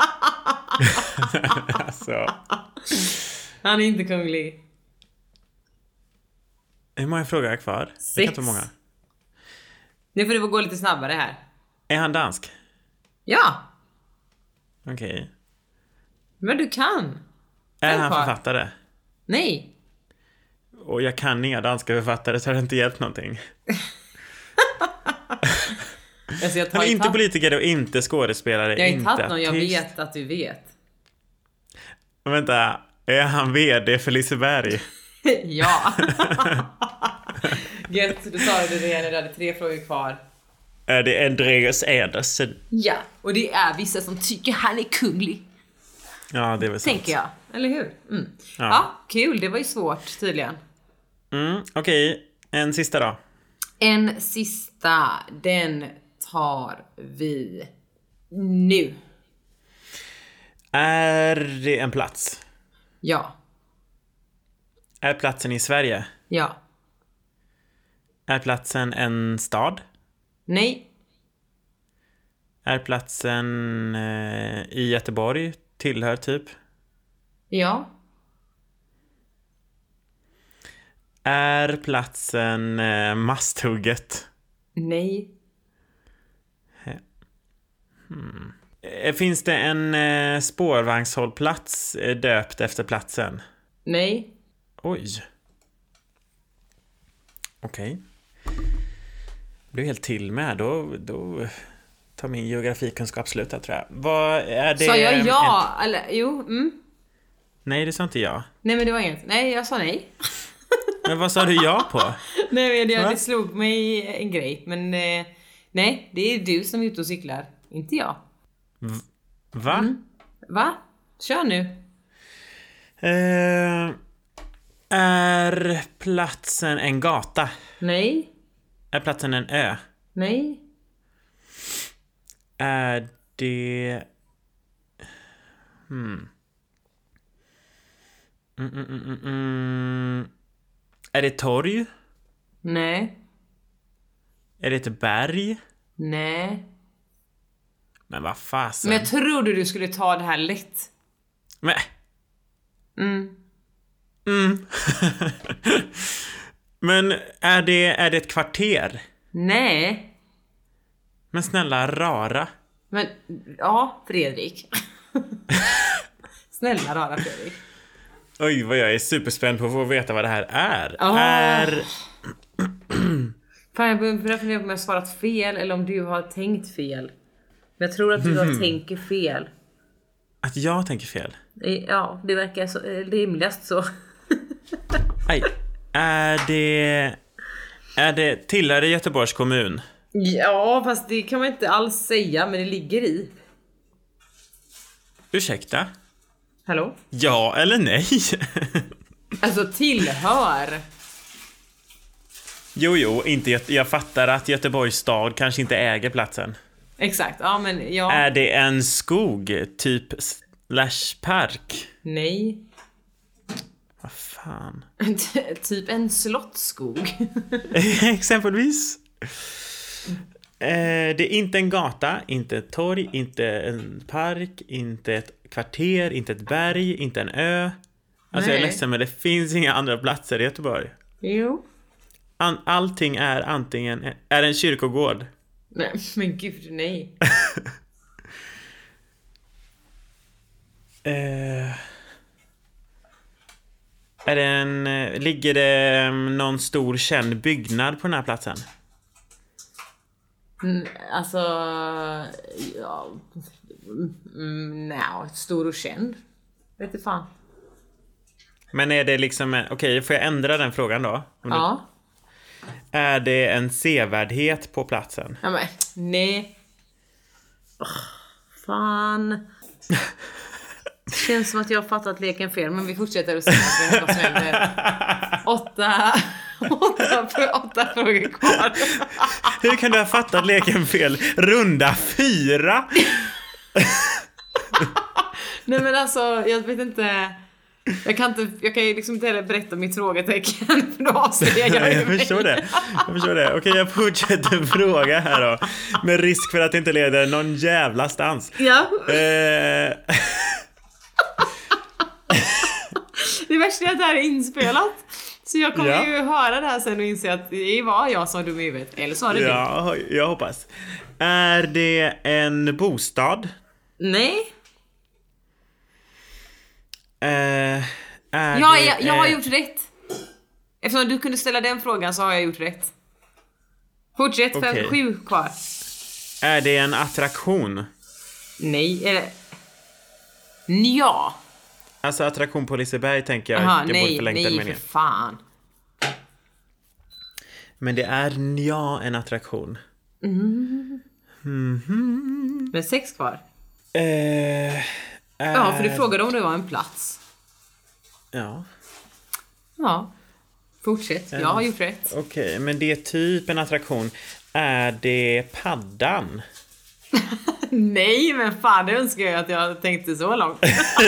Speaker 1: Alltså,
Speaker 2: Han är inte kunglig.
Speaker 1: hur många frågor är kvar? Det kan
Speaker 2: Sex.
Speaker 1: inte vara många.
Speaker 2: Nu får det gå lite snabbare här.
Speaker 1: Är han dansk?
Speaker 2: Ja,
Speaker 1: Okej.
Speaker 2: men du kan.
Speaker 1: Är
Speaker 2: Fem
Speaker 1: han
Speaker 2: kvar.
Speaker 1: författare?
Speaker 2: Nej.
Speaker 1: Och jag kan inga danska författare, så har det inte hjälpt någonting.
Speaker 2: Alltså, jag tar
Speaker 1: Han är
Speaker 2: i
Speaker 1: inte
Speaker 2: tapp-
Speaker 1: politiker och inte skådespelare.
Speaker 2: Jag har
Speaker 1: inte
Speaker 2: inte tagit någon jag
Speaker 1: artist.
Speaker 2: vet att du vet.
Speaker 1: Vänta, är han vd för Liseberg?
Speaker 2: Ja. Gött, du sa det redan när du hade tre frågor kvar.
Speaker 1: Är det Andreas Edersen?
Speaker 2: Ja, och det är vissa som tycker han är kunglig.
Speaker 1: Ja, det är väl sant.
Speaker 2: Tänker jag, eller hur? Mm. Ja.
Speaker 1: Ja.
Speaker 2: Kul, det var ju svårt tydligen.
Speaker 1: Mm, okej, en sista då.
Speaker 2: En sista, den tar vi nu.
Speaker 1: Är det en plats?
Speaker 2: Ja.
Speaker 1: Är platsen i Sverige?
Speaker 2: Ja.
Speaker 1: Är platsen en stad?
Speaker 2: Nej.
Speaker 1: Är platsen eh, i Göteborg? Tillhör typ?
Speaker 2: Ja.
Speaker 1: Är platsen eh, Masthugget?
Speaker 2: Nej.
Speaker 1: Hmm. Eh, Finns det en eh, spårvagnshållplats eh, döpt efter platsen?
Speaker 2: Nej.
Speaker 1: Oj. Okej. Du är helt till med. Då, då tar min geografikunskap slut här, tror jag. Vad är det?
Speaker 2: Sa jag ja?
Speaker 1: En...
Speaker 2: Eller, jo. Mm.
Speaker 1: Nej, det sa inte jag.
Speaker 2: Nej, men det var inget. Nej, jag sa nej.
Speaker 1: Men vad sa du ja på?
Speaker 2: Nej, men det,
Speaker 1: Va?
Speaker 2: det slog mig en grej. Men eh, nej, det är du som är ute och cyklar. Inte jag.
Speaker 1: V- va?
Speaker 2: Mm. Va? Kör nu.
Speaker 1: Eh, är platsen en gata?
Speaker 2: Nej.
Speaker 1: Är platsen en ö?
Speaker 2: Nej.
Speaker 1: Är det... Hmm. Mm, mm, mm, mm, mm. Är det torg?
Speaker 2: Nej.
Speaker 1: Är det ett berg?
Speaker 2: Nej.
Speaker 1: Men vad fasen?
Speaker 2: Men jag trodde du skulle ta det här lätt.
Speaker 1: Men...
Speaker 2: Mm.
Speaker 1: Mm. Men är det, är det ett kvarter?
Speaker 2: Nej.
Speaker 1: Men snälla rara.
Speaker 2: Men, ja, Fredrik. Snälla rara Fredrik.
Speaker 1: Oj, vad jag är superspänd på att få veta vad det här är.
Speaker 2: Oh.
Speaker 1: Är...
Speaker 2: Fan, jag börjar fundera på om jag har svarat fel eller om du har tänkt fel. Men jag tror att du har tänkt fel.
Speaker 1: Att jag tänker fel?
Speaker 2: Ja, det verkar så, rimligast så.
Speaker 1: Aj. Är det... Är det tillhör det Göteborgs kommun?
Speaker 2: Ja, fast det kan man inte alls säga, men det ligger i.
Speaker 1: Ursäkta?
Speaker 2: Hallå?
Speaker 1: Ja eller nej?
Speaker 2: Alltså tillhör.
Speaker 1: Jo, jo, inte Göte- jag fattar att Göteborgs stad kanske inte äger platsen.
Speaker 2: Exakt, ja men ja.
Speaker 1: Är det en skog, typ slash park?
Speaker 2: Nej.
Speaker 1: Vad fan?
Speaker 2: Typ en slottskog.
Speaker 1: Exempelvis. Eh, det är inte en gata, inte ett torg, inte en park, inte ett kvarter, inte ett berg, inte en ö. Alltså
Speaker 2: Nej.
Speaker 1: jag är ledsen, men det finns inga andra platser i Göteborg.
Speaker 2: Jo.
Speaker 1: An- allting är antingen... Är det en kyrkogård?
Speaker 2: Nej, men gud, nej.
Speaker 1: eh, är det en... Ligger det någon stor känd byggnad på den här platsen?
Speaker 2: Mm, alltså... Ja... Mm, nej, stor och känd. Vet du fan.
Speaker 1: Men är det liksom... Okej, okay, får jag ändra den frågan då? Om
Speaker 2: Ja.
Speaker 1: du... Är det en sevärdhet på platsen?
Speaker 2: Ja men, nej. Oh, fan. Känns som att jag har fattat leken fel, men vi fortsätter att se vad som händer. Åtta, åtta, åtta frågor kvar.
Speaker 1: Hur kan du ha fattat leken fel? Runda fyra?
Speaker 2: Nej men alltså, jag vet inte. Jag kan inte, jag kan ju liksom inte heller berätta mitt frågetecken, för då avslöjar jag
Speaker 1: Jag förstår det. Jag förstår det. Okej, jag fortsätter fråga här då. Med risk för att det inte leder någon jävla stans.
Speaker 2: Ja.
Speaker 1: Eh...
Speaker 2: Det värsta är att det här är inspelat. Så jag kommer
Speaker 1: Ja.
Speaker 2: ju höra det här sen och inse att det var jag som var dum i huvudet. Eller så var det
Speaker 1: Ja, jag hoppas. Är det en bostad?
Speaker 2: du. Nej.
Speaker 1: Eh, är
Speaker 2: Ja,
Speaker 1: det,
Speaker 2: jag, jag har
Speaker 1: eh,
Speaker 2: gjort rätt. Eftersom du kunde ställa den frågan så har jag gjort rätt. Fortsätt, fem,
Speaker 1: Okej.
Speaker 2: sju kvar.
Speaker 1: Är det en attraktion?
Speaker 2: Nej, eller... Ja.
Speaker 1: Alltså attraktion på Liseberg tänker jag.
Speaker 2: Jaha,
Speaker 1: det borde
Speaker 2: nej,
Speaker 1: förlängt den
Speaker 2: nej
Speaker 1: meningen.
Speaker 2: för fan.
Speaker 1: Men det är ja en attraktion.
Speaker 2: Mm.
Speaker 1: Mhm.
Speaker 2: Men sex kvar.
Speaker 1: Eh, är...
Speaker 2: Ja, för du frågade om det var en plats.
Speaker 1: Ja.
Speaker 2: Ja. Fortsätt, jag har gjort rätt.
Speaker 1: Okej, men det är typ en attraktion. Är det paddan?
Speaker 2: Nej, men fan, det önskar jag att jag tänkte så långt.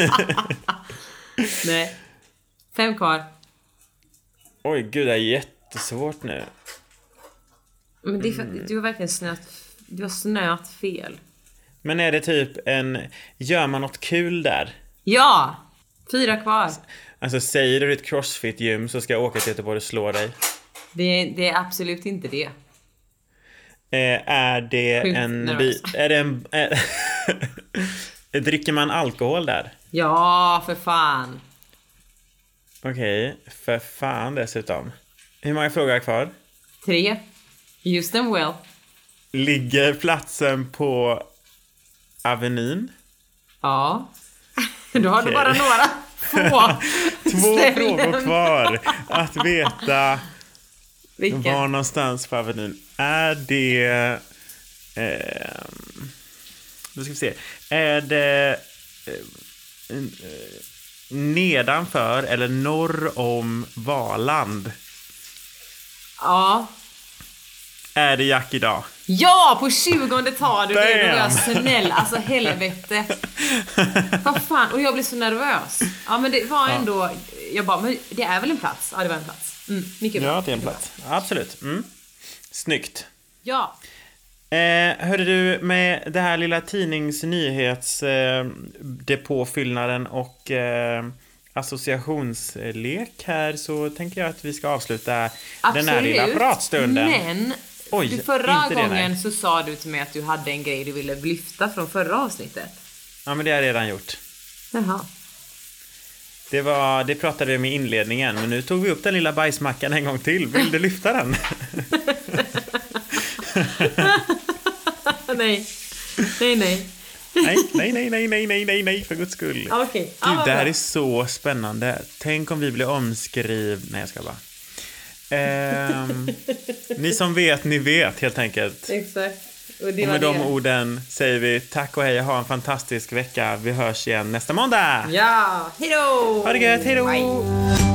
Speaker 2: Nej. Fem kvar.
Speaker 1: Oj, gud, det är jättesvårt nu.
Speaker 2: Men det är för, du har verkligen snöat, du har snöat fel.
Speaker 1: Men är det typ en... Gör man något kul där?
Speaker 2: Ja! Fyra kvar.
Speaker 1: Alltså, säger du ditt crossfit-gym så ska jag åka till Göteborg och slå dig.
Speaker 2: Det, det är absolut inte det.
Speaker 1: Eh, är det
Speaker 2: Sjukt
Speaker 1: en...
Speaker 2: nervös.
Speaker 1: Bi, är det en... Är, dricker man alkohol där?
Speaker 2: Ja, för fan.
Speaker 1: Okej, för fan dessutom. Hur många frågor är kvar?
Speaker 2: Tre. Use them well.
Speaker 1: Ligger platsen på Avenyn?
Speaker 2: Ja. Då har
Speaker 1: Okej.
Speaker 2: du bara några få.
Speaker 1: Två
Speaker 2: ställen.
Speaker 1: frågor kvar. Att veta
Speaker 2: Vilken?
Speaker 1: var någonstans på Avenyn. Är det... Eh, nu ska vi se. Är det... Eh, eh, nedanför eller norr om Valand?
Speaker 2: Ja.
Speaker 1: Är det Jack idag?
Speaker 2: Ja, på tjugonde tar du det. Då är jag
Speaker 1: Bam!
Speaker 2: snäll. Alltså helvete. Vad fan, och jag blev så nervös. Ja, men det var ändå... Jag bara, men det är väl en plats? Ja, det var en plats. Mm, mycket bra.
Speaker 1: Ja, det är en plats. Absolut. Mm. Snyggt.
Speaker 2: Ja.
Speaker 1: Eh, hörde du, med det här lilla tidningsnyhets eh, depåfyllnaden och eh, associationslek här, så tänker jag att vi ska avsluta
Speaker 2: Absolut.
Speaker 1: den här lilla pratstunden.
Speaker 2: Men
Speaker 1: Oj,
Speaker 2: du förra
Speaker 1: inte det,
Speaker 2: gången
Speaker 1: nej.
Speaker 2: så sa du till mig att du hade en grej du ville lyfta från förra avsnittet.
Speaker 1: Ja, men det har jag redan gjort.
Speaker 2: Jaha.
Speaker 1: Det, var, det pratade vi om i inledningen, men nu tog vi upp den lilla bajsmackan en gång till. Vill du lyfta den?
Speaker 2: nej. Nej, nej.
Speaker 1: Nej, nej, nej, nej, nej, nej, nej, nej, för guds skull.
Speaker 2: Ja, okej.
Speaker 1: Du,
Speaker 2: Ja, vad
Speaker 1: det här
Speaker 2: bra.
Speaker 1: är så spännande. Tänk om vi blir omskrivna. Nej, jag ska bara. Ehm, ni som vet, ni vet helt enkelt.
Speaker 2: Exakt. Och det
Speaker 1: Och
Speaker 2: var
Speaker 1: med de
Speaker 2: det.
Speaker 1: orden säger vi tack och hej. Ha en fantastisk vecka. Vi hörs igen nästa måndag.
Speaker 2: Ja, hejdå!
Speaker 1: Ha det gött, hejdå!
Speaker 2: Bye.